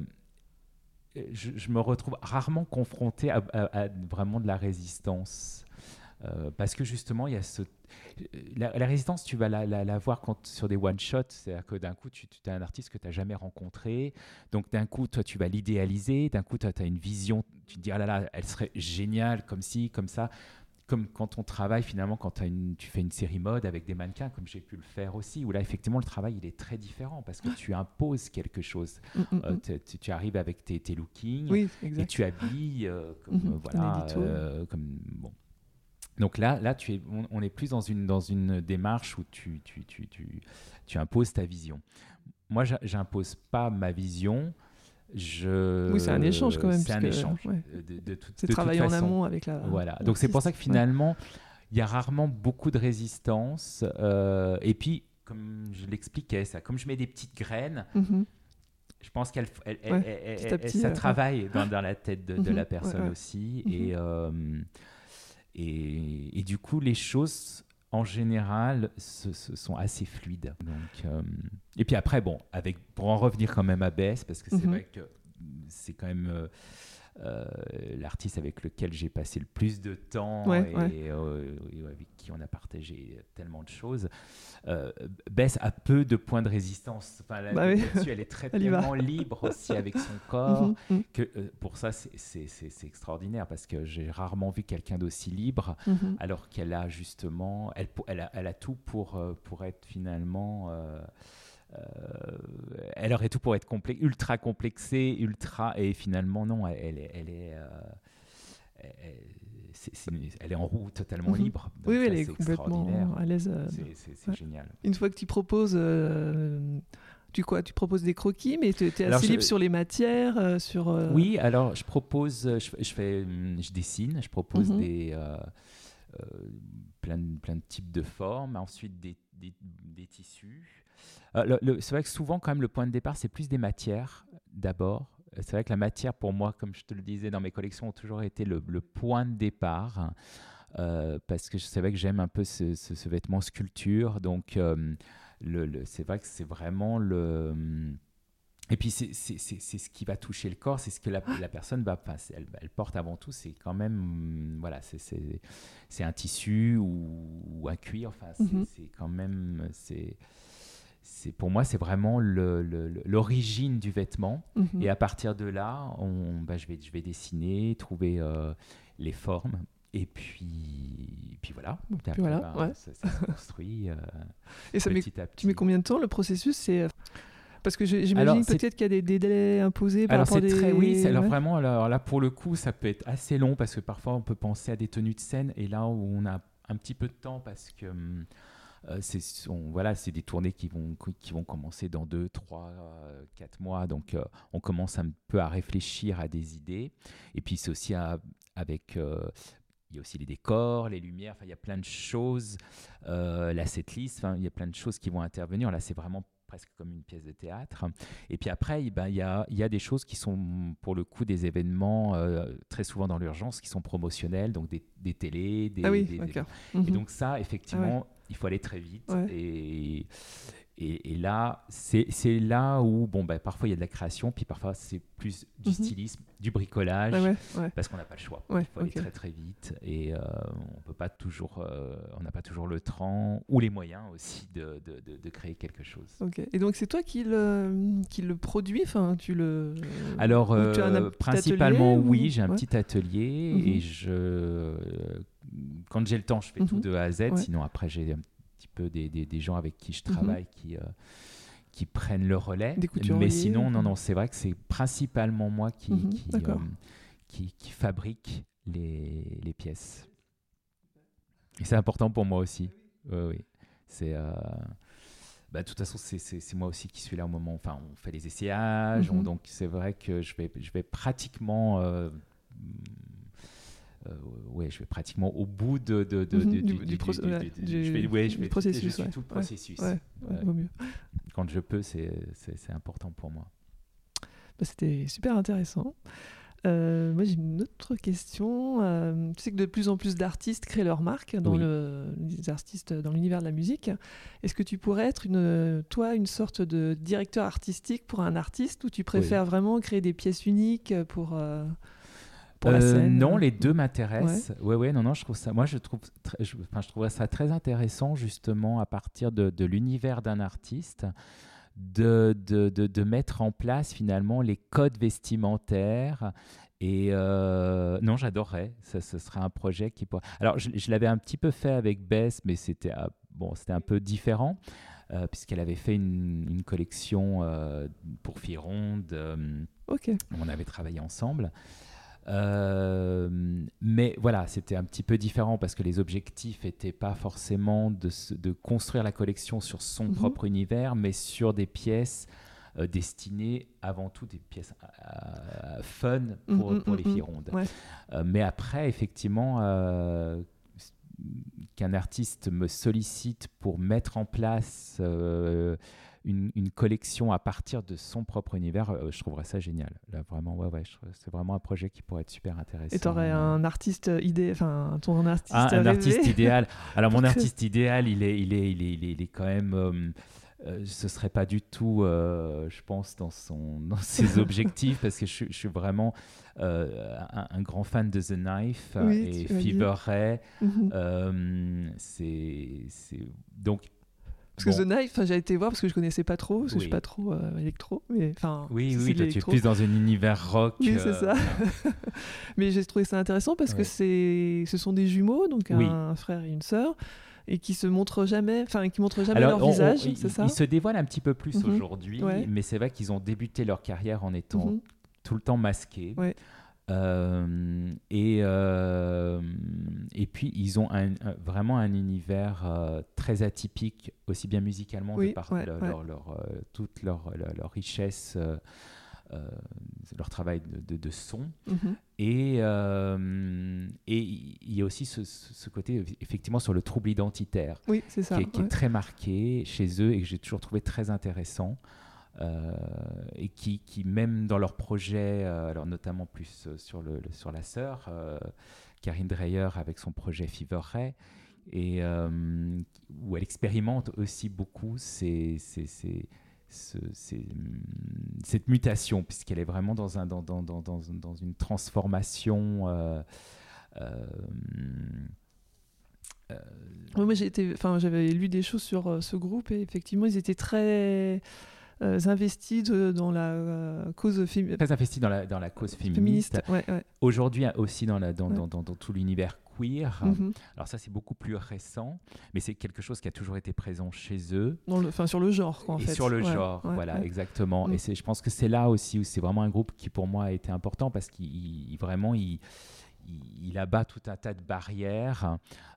je, je me retrouve rarement confronté à, à- à vraiment de la résistance. Euh, parce que justement, il y a ce... La, la résistance, tu vas la, la, la voir quand, sur des one-shots, c'est-à-dire que d'un coup, tu, tu as un artiste que tu n'as jamais rencontré, donc d'un coup, toi, tu vas l'idéaliser, d'un coup, tu as une vision, tu te dis, ah là là, elle serait géniale, comme ci, comme ça, comme quand on travaille finalement, quand une, tu fais une série mode avec des mannequins, comme j'ai pu le faire aussi, où là, effectivement, le travail, il est très différent, parce que tu imposes quelque chose. Mm, mm, Euh, mm. tu, tu- tu arrives avec tes, tes lookings, Oui, et exact. tu habilles euh, comme, Mhm. euh, Un voilà, édito. euh, comme, bon. Donc là, là tu es, on, on est plus dans une, dans une démarche où tu, tu, tu, tu, tu imposes ta vision. Moi, j'a- j'impose pas ma vision. Je... Oui, c'est un échange quand même. C'est un puisque, échange. ouais. De, de, tout- C'est de toute travailler en façon. amont avec la. Voilà. Donc c'est pour ça que l'artiste. Ouais. finalement, il y a rarement beaucoup de résistance. euh, et puis, comme je l'expliquais, ça, comme je mets des petites graines, Mhm. je pense qu'elle, elle, elle- Ouais, elle- petit à elle- petit, ça euh, travaille dans, dans la tête de, de Mhm. la personne Ouais, ouais. aussi. Mhm. Et, euh, et, et du coup, les choses, en général, se, se sont assez fluides. Donc, euh, et puis après, bon, avec, pour en revenir quand même à Bess, parce que c'est Mhm. vrai que c'est quand même euh, euh, l'artiste avec lequel j'ai passé le plus de temps Ouais, et, ouais. euh, et avec qui on a partagé tellement de choses. Euh, Bess a peu de points de résistance. Enfin, là, Bah oui. là-dessus, elle est très Elle y va. tellement libre aussi avec son corps. Mhm. Mhm. Que, euh, pour ça, c'est, c'est, c'est, c'est extraordinaire parce que j'ai rarement vu quelqu'un d'aussi libre, Mhm. alors qu'elle a justement, elle, po- elle, a, elle a tout pour, euh, pour être finalement, euh, euh, elle aurait tout pour être complé- ultra complexée, ultra, et finalement non, elle, elle est, elle est, euh, elle, c'est- c'est une- elle est en roue totalement Mhm. libre. Donc Oui, oui, ça, elle est c'est complètement extraordinaire. à l'aise. euh, C'est, c'est, c'est ouais. génial. Une fois que tu proposes, euh, tu quoi, tu proposes des croquis, mais tu es Alors, assez je- libre sur les matières, euh, sur. euh, Oui, alors je propose, euh, je, je fais, hum, je dessine, je propose Mhm. des euh, euh, plein, de, plein de types de formes, ensuite des, des, des tissus. Euh, le- le- c'est vrai que souvent quand même le point de départ c'est plus des matières d'abord. Euh, C'est vrai que la matière pour moi, comme je te le disais dans mes collections, ont toujours été le, le point de départ. Euh, parce que je savais que j'aime un peu ce, ce- ce vêtement sculpture, donc euh, le, le- c'est vrai que c'est vraiment le et puis c'est, c'est, c'est, c'est ce qui va toucher le corps, c'est ce que la, la personne va, enfin, c'est- elle, elle porte avant tout, c'est quand même, hum, voilà, c'est, c'est, c'est un tissu ou, ou un cuir, enfin c'est, Mhm. c'est quand même, c'est, c'est, pour moi c'est vraiment le, le- le- l'origine du vêtement. Mhm. Et à partir de là, on, bah, je, vais, je vais dessiner, trouver euh, les formes. et puis, et puis voilà. Puis après, voilà, ben, ouais. ça, ça se construit euh, Et ça met, petit à petit. tu mets combien de temps le processus? C'est parce que j'imagine alors, peut-être c'est... qu'il y a des, des délais imposés par alors rapport à c'est des... très oui, c'est, alors ouais. vraiment alors là pour le coup ça peut être assez long parce que parfois on peut penser à des tenues de scène et là où on a un petit peu de temps parce que euh, c'est on, voilà c'est des tournées qui vont qui vont commencer dans deux, trois, euh, quatre mois donc euh, on commence un peu à réfléchir à des idées et puis c'est aussi à, avec euh, il y a aussi les décors, les lumières, enfin il y a plein de choses, euh, la setlist, enfin il y a plein de choses qui vont intervenir. Là c'est vraiment presque comme une pièce de théâtre. Et puis après, eh ben, il y a, il y a des choses qui sont, pour le coup, des événements, euh, très souvent dans l'urgence, qui sont promotionnels, donc des, des télés, des... Ah oui, des, d'accord. des... Mm-hmm. Et donc ça, effectivement, ah ouais. il faut aller très vite. Ouais. Et, et, et là, c'est, c'est là où, bon, ben, parfois, il y a de la création, puis parfois, c'est plus du mm-hmm. stylisme, du bricolage, ah ouais, ouais. parce qu'on n'a pas le choix. Ouais, il faut aller okay. très, très vite. Et euh, on peut pas toujours... Euh, on n'a pas toujours le temps ou les moyens aussi de, de, de, de créer quelque chose. Okay. Et donc, c'est toi qui le, qui le produis enfin, tu le... Alors, euh, tu as un principalement, atelier, oui, ou... j'ai un ouais. petit atelier mm-hmm. et je... quand j'ai le temps, je fais mm-hmm. tout de A à Z. Ouais. Sinon, après, j'ai un petit peu des, des, des gens avec qui je travaille mm-hmm. qui... Euh, qui prennent le relais, mais sinon, non, non, c'est vrai que c'est principalement moi qui, mmh, qui, euh, qui, qui fabrique les, les pièces. Et c'est important pour moi aussi. Oui, oui. C'est, euh... bah, de toute façon, c'est, c'est, c'est moi aussi qui suis là au moment. Enfin, on fait les essayages, mmh. on, donc c'est vrai que je vais, je vais pratiquement. Euh, Euh, ouais, je vais pratiquement au bout de, de, de, mmh, de, du, du, du, pro- du, ouais, du, du, je fais, ouais, je fais processus. Je suis ouais. tout le processus. Ouais, ouais, ouais, vaut mieux. Quand je peux, c'est, c'est, c'est important pour moi. Bah, c'était super intéressant. Euh, moi, j'ai une autre question. Euh, tu sais que de plus en plus d'artistes créent leur marque dans oui. le, les artistes dans l'univers de la musique. Est-ce que tu pourrais être, une, toi, une sorte de directeur artistique pour un artiste ou tu préfères oui. vraiment créer des pièces uniques pour... Euh, Pour la scène, euh, non, euh... les deux m'intéressent. Ouais. ouais, ouais, non, non, je trouve ça. Moi, je trouve, très, je, enfin, je trouverais ça très intéressant justement à partir de, de l'univers d'un artiste, de, de, de, de mettre en place finalement les codes vestimentaires. Et euh, non, j'adorerais. Ça, ce serait un projet qui pourrait. Alors, je, je l'avais un petit peu fait avec Bess, mais c'était euh, bon, c'était un peu différent. Euh, puisqu'elle avait fait une, une collection euh, pour Fironde. Euh, okay. On avait travaillé ensemble. Euh, mais voilà, c'était un petit peu différent parce que les objectifs n'étaient pas forcément de, de construire la collection sur son mmh. propre univers, mais sur des pièces euh, destinées avant tout des pièces euh, fun pour, mmh, pour mmh, les filles rondes. Ouais. Euh, mais après, effectivement, euh, qu'un artiste me sollicite pour mettre en place euh, Une, une collection à partir de son propre univers, euh, je trouverais ça génial. Là, vraiment, ouais, ouais, je, c'est vraiment un projet qui pourrait être super intéressant. Et tu aurais un artiste idée, enfin, ton artiste ah, un rêvé. artiste idéal. Alors, mon artiste idéal, il est, il est, il est, il est, il est quand même. Euh, euh, ce serait pas du tout, euh, je pense, dans son, dans ses objectifs, parce que je, je suis vraiment euh, un, un grand fan de The Knife oui, et Fever Ray. Mm-hmm. Euh, c'est, c'est donc. Parce bon. que The Knife, j'ai été voir parce que je connaissais pas trop, parce que oui. je suis pas trop euh, électro. Mais, oui, si oui, toi, tu es plus dans un univers rock. Oui, euh, c'est ça. Mais j'ai trouvé ça intéressant parce ouais. que c'est, ce sont des jumeaux, donc oui. un frère et une sœur, et qui se montrent jamais, enfin, qui montrent jamais Alors, leur on, visage, on, c'est il, ça Ils se dévoilent un petit peu plus mm-hmm. aujourd'hui, ouais. mais c'est vrai qu'ils ont débuté leur carrière en étant mm-hmm. tout le temps masqués. Ouais. Euh, et, euh, et puis ils ont un, un, vraiment un univers euh, très atypique, aussi bien musicalement oui, de par ouais, leur, ouais. leur, leur, euh, toute leur, leur, leur richesse, euh, euh, leur travail de, de, de son. Mm-hmm. Et euh, et il y a aussi ce, ce côté, effectivement, sur le trouble identitaire, oui, c'est ça, qui, est, qui ouais. est très marqué chez eux et que j'ai toujours trouvé très intéressant. Euh, et qui, qui, même dans leurs projets, euh, alors notamment plus euh, sur, le, le, sur la sœur, euh, Karine Dreyer avec son projet Fever Ray, et, euh, où elle expérimente aussi beaucoup ces, ces, ces, ces, ces, cette mutation, puisqu'elle est vraiment dans, un, dans, dans, dans, dans, dans une transformation. Euh, euh, euh... Oui, moi j'ai été, j'avais lu des choses sur euh, ce groupe et effectivement ils étaient très... Euh, investis de, dans la euh, cause féministe. Très investis dans la, dans la cause féministe. féministe ouais, ouais. Aujourd'hui aussi dans, la, dans, ouais. dans, dans, dans tout l'univers queer. Mhm. Alors ça, c'est beaucoup plus récent, mais c'est quelque chose qui a toujours été présent chez eux. Dans le, enfin, sur le genre, quoi, en et fait. sur le Ouais, genre, ouais, voilà, ouais. exactement. Mm. Et c'est, je pense que c'est là aussi où c'est vraiment un groupe qui, pour moi, a été important parce qu'il il- vraiment, il, il, il abat tout un tas de barrières,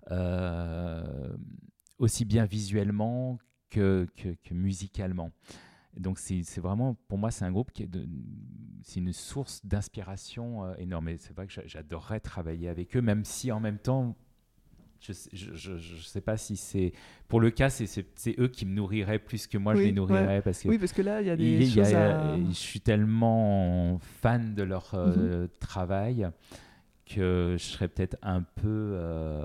euh, aussi bien visuellement que, que, que musicalement. Donc c'est, c'est vraiment, pour moi, c'est un groupe qui est, de, c'est une source d'inspiration euh, énorme. Et c'est vrai que j'a- j'adorerais travailler avec eux, même si en même temps, je ne je, je, je sais pas si c'est, pour le cas, c'est, c'est, c'est eux qui me nourriraient plus que moi je Oui, les nourrirais ouais. parce que Oui, parce que là, il y a il des y choses a- à... je suis tellement fan de leur Mhm. euh, travail que je serais peut-être un peu euh,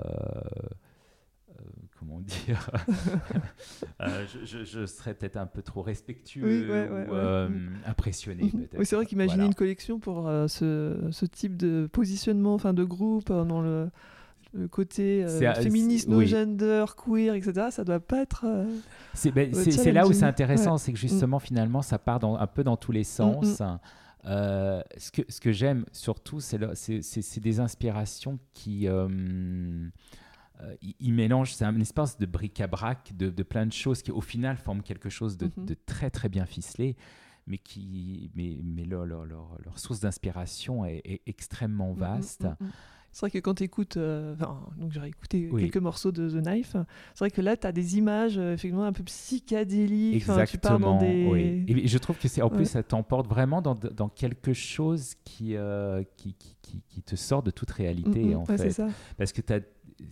comment dire, euh, je, je, je serais peut-être un peu trop respectueux Oui, ouais, ouais, ou ouais. euh, Mm. impressionné Mhm. peut-être. Oui, c'est vrai qu'imaginer Voilà. une collection pour euh, ce, ce type de positionnement, enfin de groupe, euh, dans le, le côté C'est, euh, euh, c'est- féministe, no oui, gender, queer, et cetera, ça doit pas être euh, c'est, ben, doit être c'est, c'est là où c'est challenging. intéressant, Ouais. c'est que Mm. justement finalement ça part dans, un peu dans tous les Mm, mm. sens. Euh, ce, que, ce que j'aime surtout, c'est, le, c'est, c'est, c'est des inspirations qui... Euh, Euh, il, il mélange, c'est un espace de bric-à-brac de, de plein de choses qui au final forment quelque chose de, Mhm. de très très bien ficelé, mais qui, mais, mais leur, leur, leur, leur source d'inspiration est, est extrêmement Mm, mm, vaste. mm, mm. C'est vrai que quand tu écoutes, euh, enfin, donc j'ai écouté Oui, quelques morceaux de The Knife, c'est vrai que là tu as des images euh, effectivement un peu psychédéliques, enfin, tu pars dans exactement. Oui. des... Et je trouve que c'est en plus Ouais. ça t'emporte vraiment dans, dans quelque chose qui, euh, qui, qui, qui, qui te sort de toute Mm, réalité mm. en Ouais, c'est fait, ça. parce que t'as,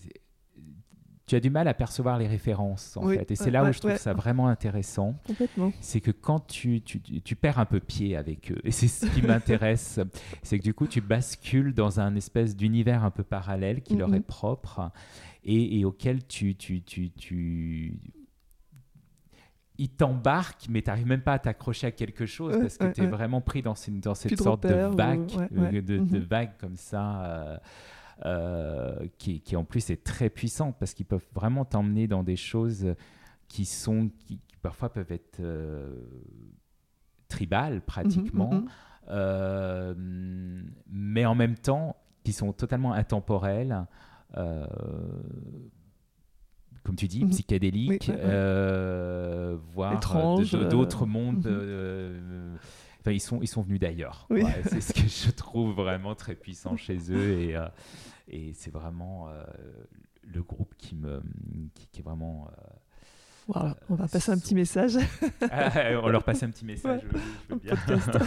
tu as du mal à percevoir les références en Oui, fait, et c'est ouais, là où ouais, je trouve ouais, ça vraiment intéressant. complètement. C'est que quand tu, tu, tu perds un peu pied avec eux, et c'est ce qui m'intéresse, c'est que du coup tu bascules dans un espèce d'univers un peu parallèle qui Mm, leur est mm. propre et, et auquel tu, tu, tu, tu... ils t'embarquent, mais tu n'arrives même pas à t'accrocher à quelque chose Ouais, parce que ouais, tu es ouais. vraiment pris dans, cette- dans Plus cette de sorte de repères vague, ou... ouais, euh, ouais. de, de Mhm. vague comme ça. euh, euh, qui, qui en plus est très puissante parce qu'ils peuvent vraiment t'emmener dans des choses qui sont qui, qui parfois peuvent être euh, tribales Mhm, pratiquement, mhm. euh, mais en même temps qui sont totalement intemporelles, euh, comme tu dis, Mhm. Oui, psychédéliques, ouais, ouais. euh, voire de, Étrange. de, euh, d'autres mondes. mhm. Euh, enfin, ils sont, ils sont venus d'ailleurs. Oui. Ouais, c'est ce que je trouve vraiment très puissant chez eux et, euh, et c'est vraiment euh, le groupe qui, me, qui, qui est vraiment... Euh, Voilà, on va passer un petit source. message. Ah, on leur passe un petit message, Ouais, oui, je veux au bien. podcast.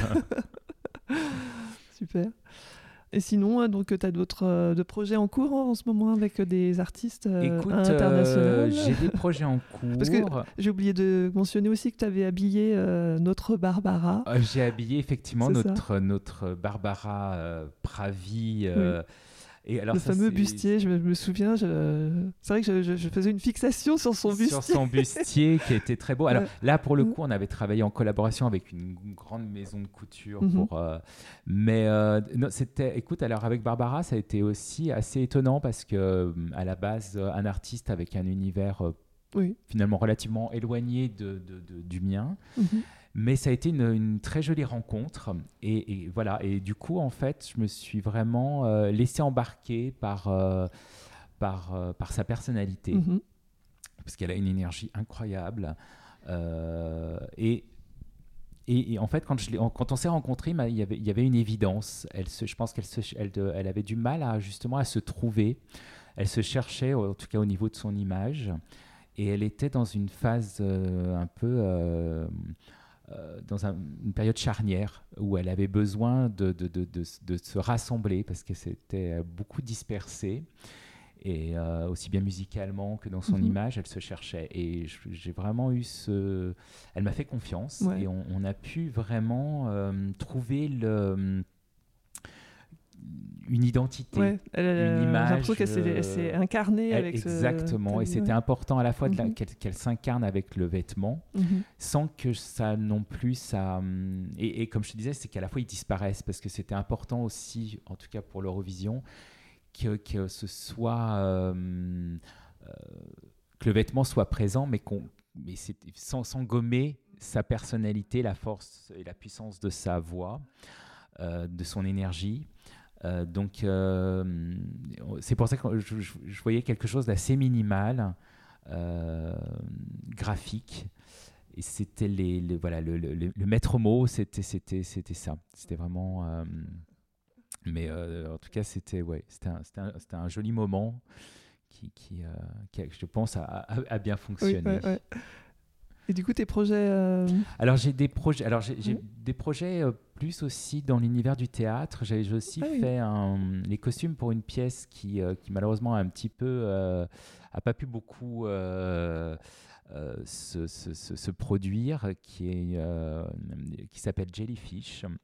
Super. Et sinon, euh, donc, tu as d'autres euh, de projets en cours hein, en ce moment avec euh, des artistes euh, Écoute, euh, internationaux j'ai des projets en Parce que cours. j'ai oublié de mentionner aussi que tu avais habillé euh, notre Barbara. Euh, J'ai habillé effectivement C'est ça. notre, notre Barbara euh, Pravi. Oui. euh, et alors Le ça, fameux c'est bustier, je me, je me souviens. je- C'est vrai que je, je- je faisais une fixation sur son sur bustier. son bustier qui était très beau. Alors Ouais. là, pour le Mm. coup, on avait travaillé en collaboration avec une grande maison de couture. Mhm. Pour, euh, mais euh, non, c'était, écoute, alors avec Barbara, ça a été aussi assez étonnant parce que euh, à la base, euh, un artiste avec un univers euh, Oui. finalement relativement éloigné de, de- de- du mien. Mhm. Mais ça a été une, une très jolie rencontre. Et, et voilà. Et du coup, en fait, je me suis vraiment euh, laissé embarquer par, euh, par, euh, par sa personnalité. Mhm. Parce qu'elle a une énergie incroyable. Euh, et, et, et en fait, quand, je l'ai- quand on s'est rencontrés, il y avait, il y avait une évidence. Elle se, je pense qu'elle se, elle, de- elle avait du mal à, justement à se trouver. Elle se cherchait, en tout cas au niveau de son image. Et elle était dans une phase euh, un peu... euh, euh, dans un- une période charnière où elle avait besoin de, de, de, de, de se rassembler parce que c'était beaucoup dispersé. Et euh, aussi bien musicalement que dans son Mhm. image, elle se cherchait. Et je- j'ai vraiment eu ce... Elle m'a fait confiance Ouais. et on, on a pu vraiment euh, trouver le, une identité, Ouais, elle, une euh, j'ai image. l'impression qu'elle s'est, elle s'est euh, incarnée elle- avec ce... exactement. Et ta- c'était ouais. important à la fois de la- Mhm. qu'elle, qu'elle s'incarne avec le vêtement, Mhm. sans que ça non plus ça hum, et, et comme je te disais, c'est qu'à la fois ils disparaissent parce que c'était important aussi, en tout cas pour l'Eurovision, que, que ce soit euh, euh, que le vêtement soit présent, mais qu'on mais c'est, sans, sans gommer sa personnalité, la force et la puissance de sa voix, euh, de son énergie. Euh, donc, euh, c'est pour ça que je, je, je voyais quelque chose d'assez minimal, euh, graphique. Et c'était les, les, voilà, le, le, le maître mot, c'était, c'était, c'était ça. C'était vraiment. Euh, mais euh, en tout cas, c'était, ouais, c'était, un, c'était, un, c'était un joli moment qui, qui, euh, qui je pense, a, a, a bien fonctionné. Oui, ouais, ouais. Et du coup, tes projets euh... Alors, j'ai des projets, alors, j'ai, j'ai mmh. des projets euh, plus aussi dans l'univers du théâtre. J'ai, j'ai aussi ah, fait oui. un, les costumes pour une pièce qui, euh, qui malheureusement a un petit peu, euh, a pas pu beaucoup euh, euh, se, se, se, se produire, qui, est, euh, qui s'appelle Jellyfish. Mmh.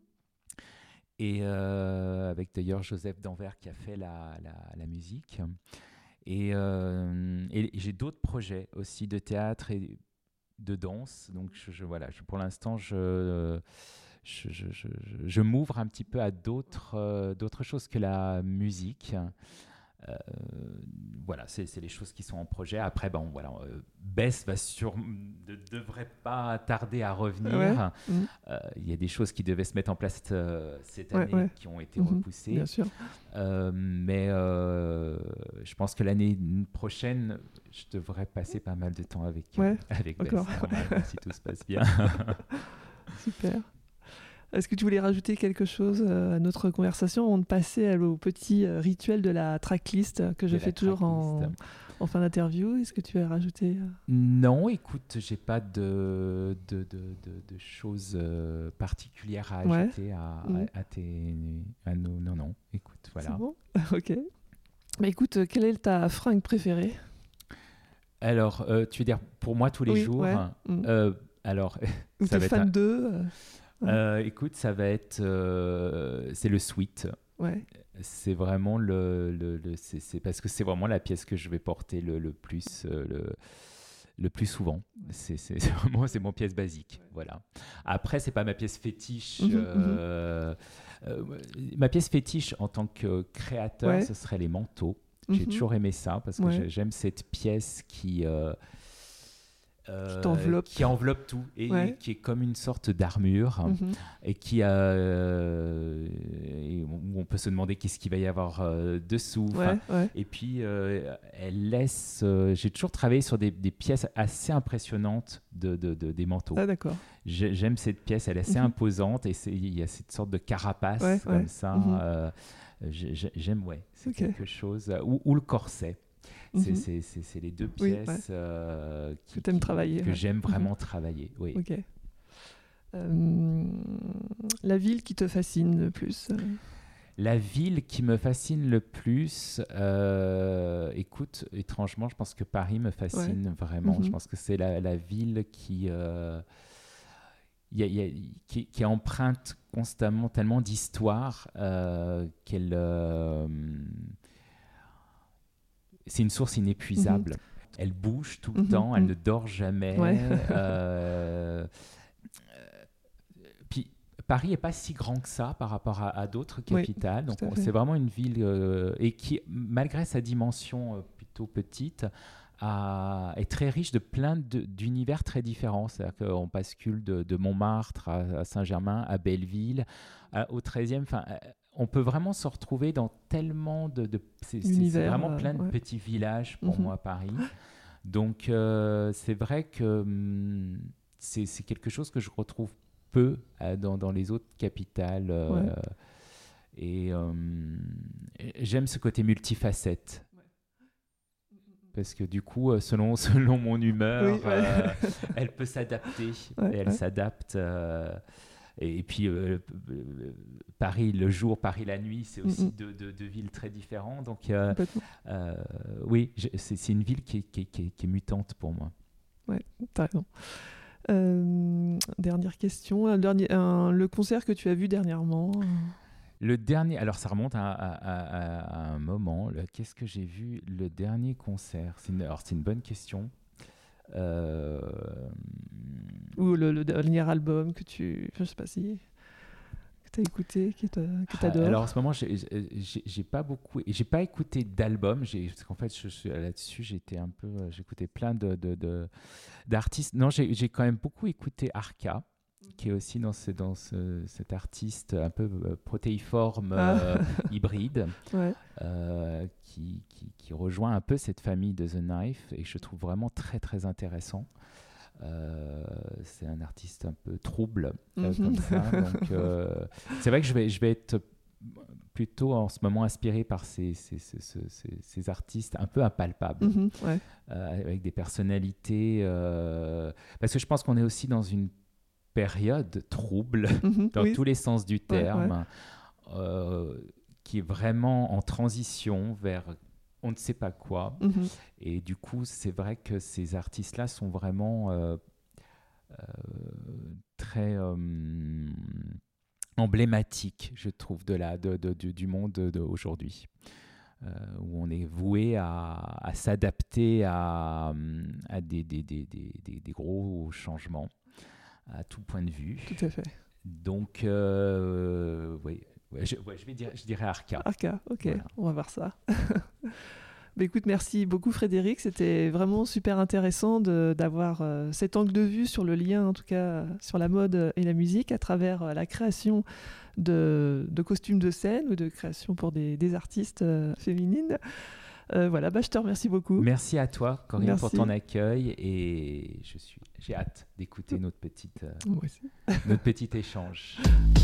Et euh, avec d'ailleurs Joseph Danvers qui a fait la, la, la musique. Et, euh, et j'ai d'autres projets aussi de théâtre et de danse. Donc, je, je, voilà, je, pour l'instant, je, je, je, je, je m'ouvre un petit peu à d'autres, euh, d'autres choses que la musique. Euh, voilà, c'est, c'est les choses qui sont en projet. Après, bon, voilà, euh, Bess va sur, ne devrait pas tarder à revenir. Il ouais. mmh. euh, y a des choses qui devaient se mettre en place euh, cette année ouais, ouais. qui ont été mmh. repoussées. Bien sûr. Euh, mais euh, je pense que l'année prochaine, je devrais passer pas mal de temps avec, ouais, avec Bess, si tout se passe bien. Super. Est-ce que tu voulais rajouter quelque chose à notre conversation avant de passer au petit rituel de la tracklist que je fais toujours en, en fin d'interview? Est-ce que tu veux rajouter? Non, écoute, j'ai pas de, de, de, de, de choses particulières à ajouter ouais. à, mmh. à, à tes... À nos, non, non, écoute, voilà. C'est bon. Ok. Bah, écoute, quelle est ta fringue préférée? Alors, euh, tu veux dire pour moi tous les oui, jours ouais. mmh. euh, alors, Ou ça t'es va fan être un... d'eux euh... Euh, écoute, ça va être, euh, c'est le sweat. Ouais. C'est vraiment le, le, le c'est, c'est parce que c'est vraiment la pièce que je vais porter le, le plus, euh, le, le plus souvent. C'est, c'est, c'est vraiment c'est mon pièce basique. Ouais. Voilà. Après, c'est pas ma pièce fétiche. Mmh, euh, mmh. Euh, ma pièce fétiche en tant que créateur, ouais. ce serait les manteaux. Mmh. J'ai toujours aimé ça parce que ouais. j'aime cette pièce qui euh, Euh, qui t'enveloppe, qui enveloppe tout et ouais. qui est comme une sorte d'armure mm-hmm. et qui a euh, et où on peut se demander qu'est-ce qu'il va y avoir euh, dessous ouais, ouais. et puis euh, elle laisse euh, j'ai toujours travaillé sur des, des pièces assez impressionnantes de, de, de, des manteaux. Ah, d'accord. J'ai, j'aime cette pièce, elle est assez mm-hmm. imposante et il y a cette sorte de carapace ouais, comme ouais. ça mm-hmm. euh, j'aime ouais c'est okay. quelque chose ou, ou le corset. C'est, mm-hmm. c'est, c'est, c'est les deux oui, pièces ouais. euh, qui, que tu aimes qui, travailler. Que ouais. j'aime vraiment mm-hmm. travailler, oui. Ok. Euh, la ville qui te fascine le plus euh... La ville qui me fascine le plus, euh, écoute, étrangement, je pense que Paris me fascine ouais. vraiment. Mm-hmm. Je pense que c'est la, la ville qui, euh, y a, y a, qui, qui emprunte constamment tellement d'histoire euh, qu'elle... Euh, c'est une source inépuisable. Mmh. Elle bouge tout le mmh, temps, elle mmh. ne dort jamais. Ouais. euh, puis Paris n'est pas si grand que ça par rapport à, à d'autres capitales. Oui, donc c'est vraiment une ville euh, et qui, malgré sa dimension euh, plutôt petite, a, est très riche de plein de, d'univers très différents. C'est-à-dire qu'on bascule de, de Montmartre à, à Saint-Germain, à Belleville, à, au treizième. Enfin, on peut vraiment se retrouver dans tellement de... de c'est, c'est, c'est vraiment plein de ouais. petits villages pour mm-hmm. moi, Paris. Donc, euh, c'est vrai que hum, c'est, c'est quelque chose que je retrouve peu euh, dans, dans les autres capitales. Euh, ouais. Et euh, j'aime ce côté multifacette. Ouais. Parce que du coup, selon, selon mon humeur, oui, ouais. euh, elle peut s'adapter. Ouais, et elle ouais. s'adapte... Euh, Et puis, euh, Paris le jour, Paris la nuit, c'est aussi mm-hmm. deux, deux, deux villes très différentes. Donc, euh, euh, oui, je, c'est, c'est une ville qui est, qui, est, qui, est, qui est mutante pour moi. Oui, t'as raison. Euh, dernière question. Un dernier, un, le concert que tu as vu dernièrement? Le dernier, alors ça remonte à, à, à, à un moment. Le, qu'est-ce que j'ai vu le dernier concert? C'est une, alors, c'est une bonne question. Euh... Ou le, le dernier album que tu, je sais pas si que t'as écouté, que, que t'adores. Alors en ce moment, j'ai, j'ai, j'ai pas beaucoup, j'ai pas écouté d'album. J'ai, parce qu'en fait, je, je, là-dessus, j'étais un peu, j'écoutais plein de, de, de d'artistes. Non, j'ai, j'ai quand même beaucoup écouté Arca. qui est aussi dans, ce, dans ce, cet artiste un peu euh, protéiforme, ah. euh, hybride, ouais. euh, qui, qui, qui rejoint un peu cette famille de The Knife, et je trouve vraiment très très intéressant. Euh, c'est un artiste un peu trouble, euh, mm-hmm. comme ça. Donc, euh, c'est vrai que je vais, je vais être plutôt en ce moment inspiré par ces, ces, ces, ces, ces artistes un peu impalpables, mm-hmm, ouais. euh, avec des personnalités. Euh, parce que je pense qu'on est aussi dans une période trouble, mm-hmm, dans oui. tous les sens du terme, ouais, ouais. Euh, qui est vraiment en transition vers on ne sait pas quoi. Mm-hmm. Et du coup, c'est vrai que ces artistes-là sont vraiment euh, euh, très euh, emblématiques, je trouve, de la, de, de, du, du monde d'aujourd'hui, euh, où on est voué à, à s'adapter à, à des, des, des, des, des gros changements, à tout point de vue. Tout à fait. Donc, euh, oui. Ouais, je, ouais, je, vais dire, je dirais Arca. Arca, ok, voilà. On va voir ça. Bah, écoute, merci beaucoup Frédéric, c'était vraiment super intéressant de, d'avoir euh, cet angle de vue sur le lien, en tout cas sur la mode et la musique, à travers euh, la création de, de costumes de scène ou de création pour des, des artistes euh, féminines. Euh, voilà, bah, je te remercie beaucoup. Merci à toi, Corinne, merci. pour ton accueil, et je suis, j'ai hâte d'écouter notre, petite, euh, Moi aussi. notre petit échange.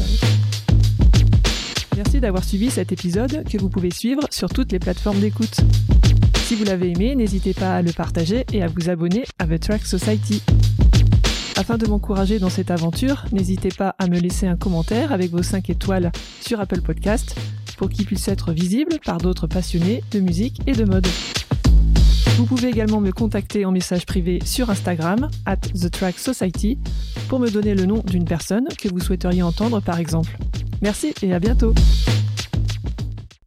Merci d'avoir suivi cet épisode que vous pouvez suivre sur toutes les plateformes d'écoute. Si vous l'avez aimé, n'hésitez pas à le partager et à vous abonner à The Track Society. Afin de m'encourager dans cette aventure, n'hésitez pas à me laisser un commentaire avec vos cinq étoiles sur Apple Podcast pour qu'il puisse être visible par d'autres passionnés de musique et de mode. Vous pouvez également me contacter en message privé sur Instagram, at The Track Society, pour me donner le nom d'une personne que vous souhaiteriez entendre par exemple. Merci et à bientôt.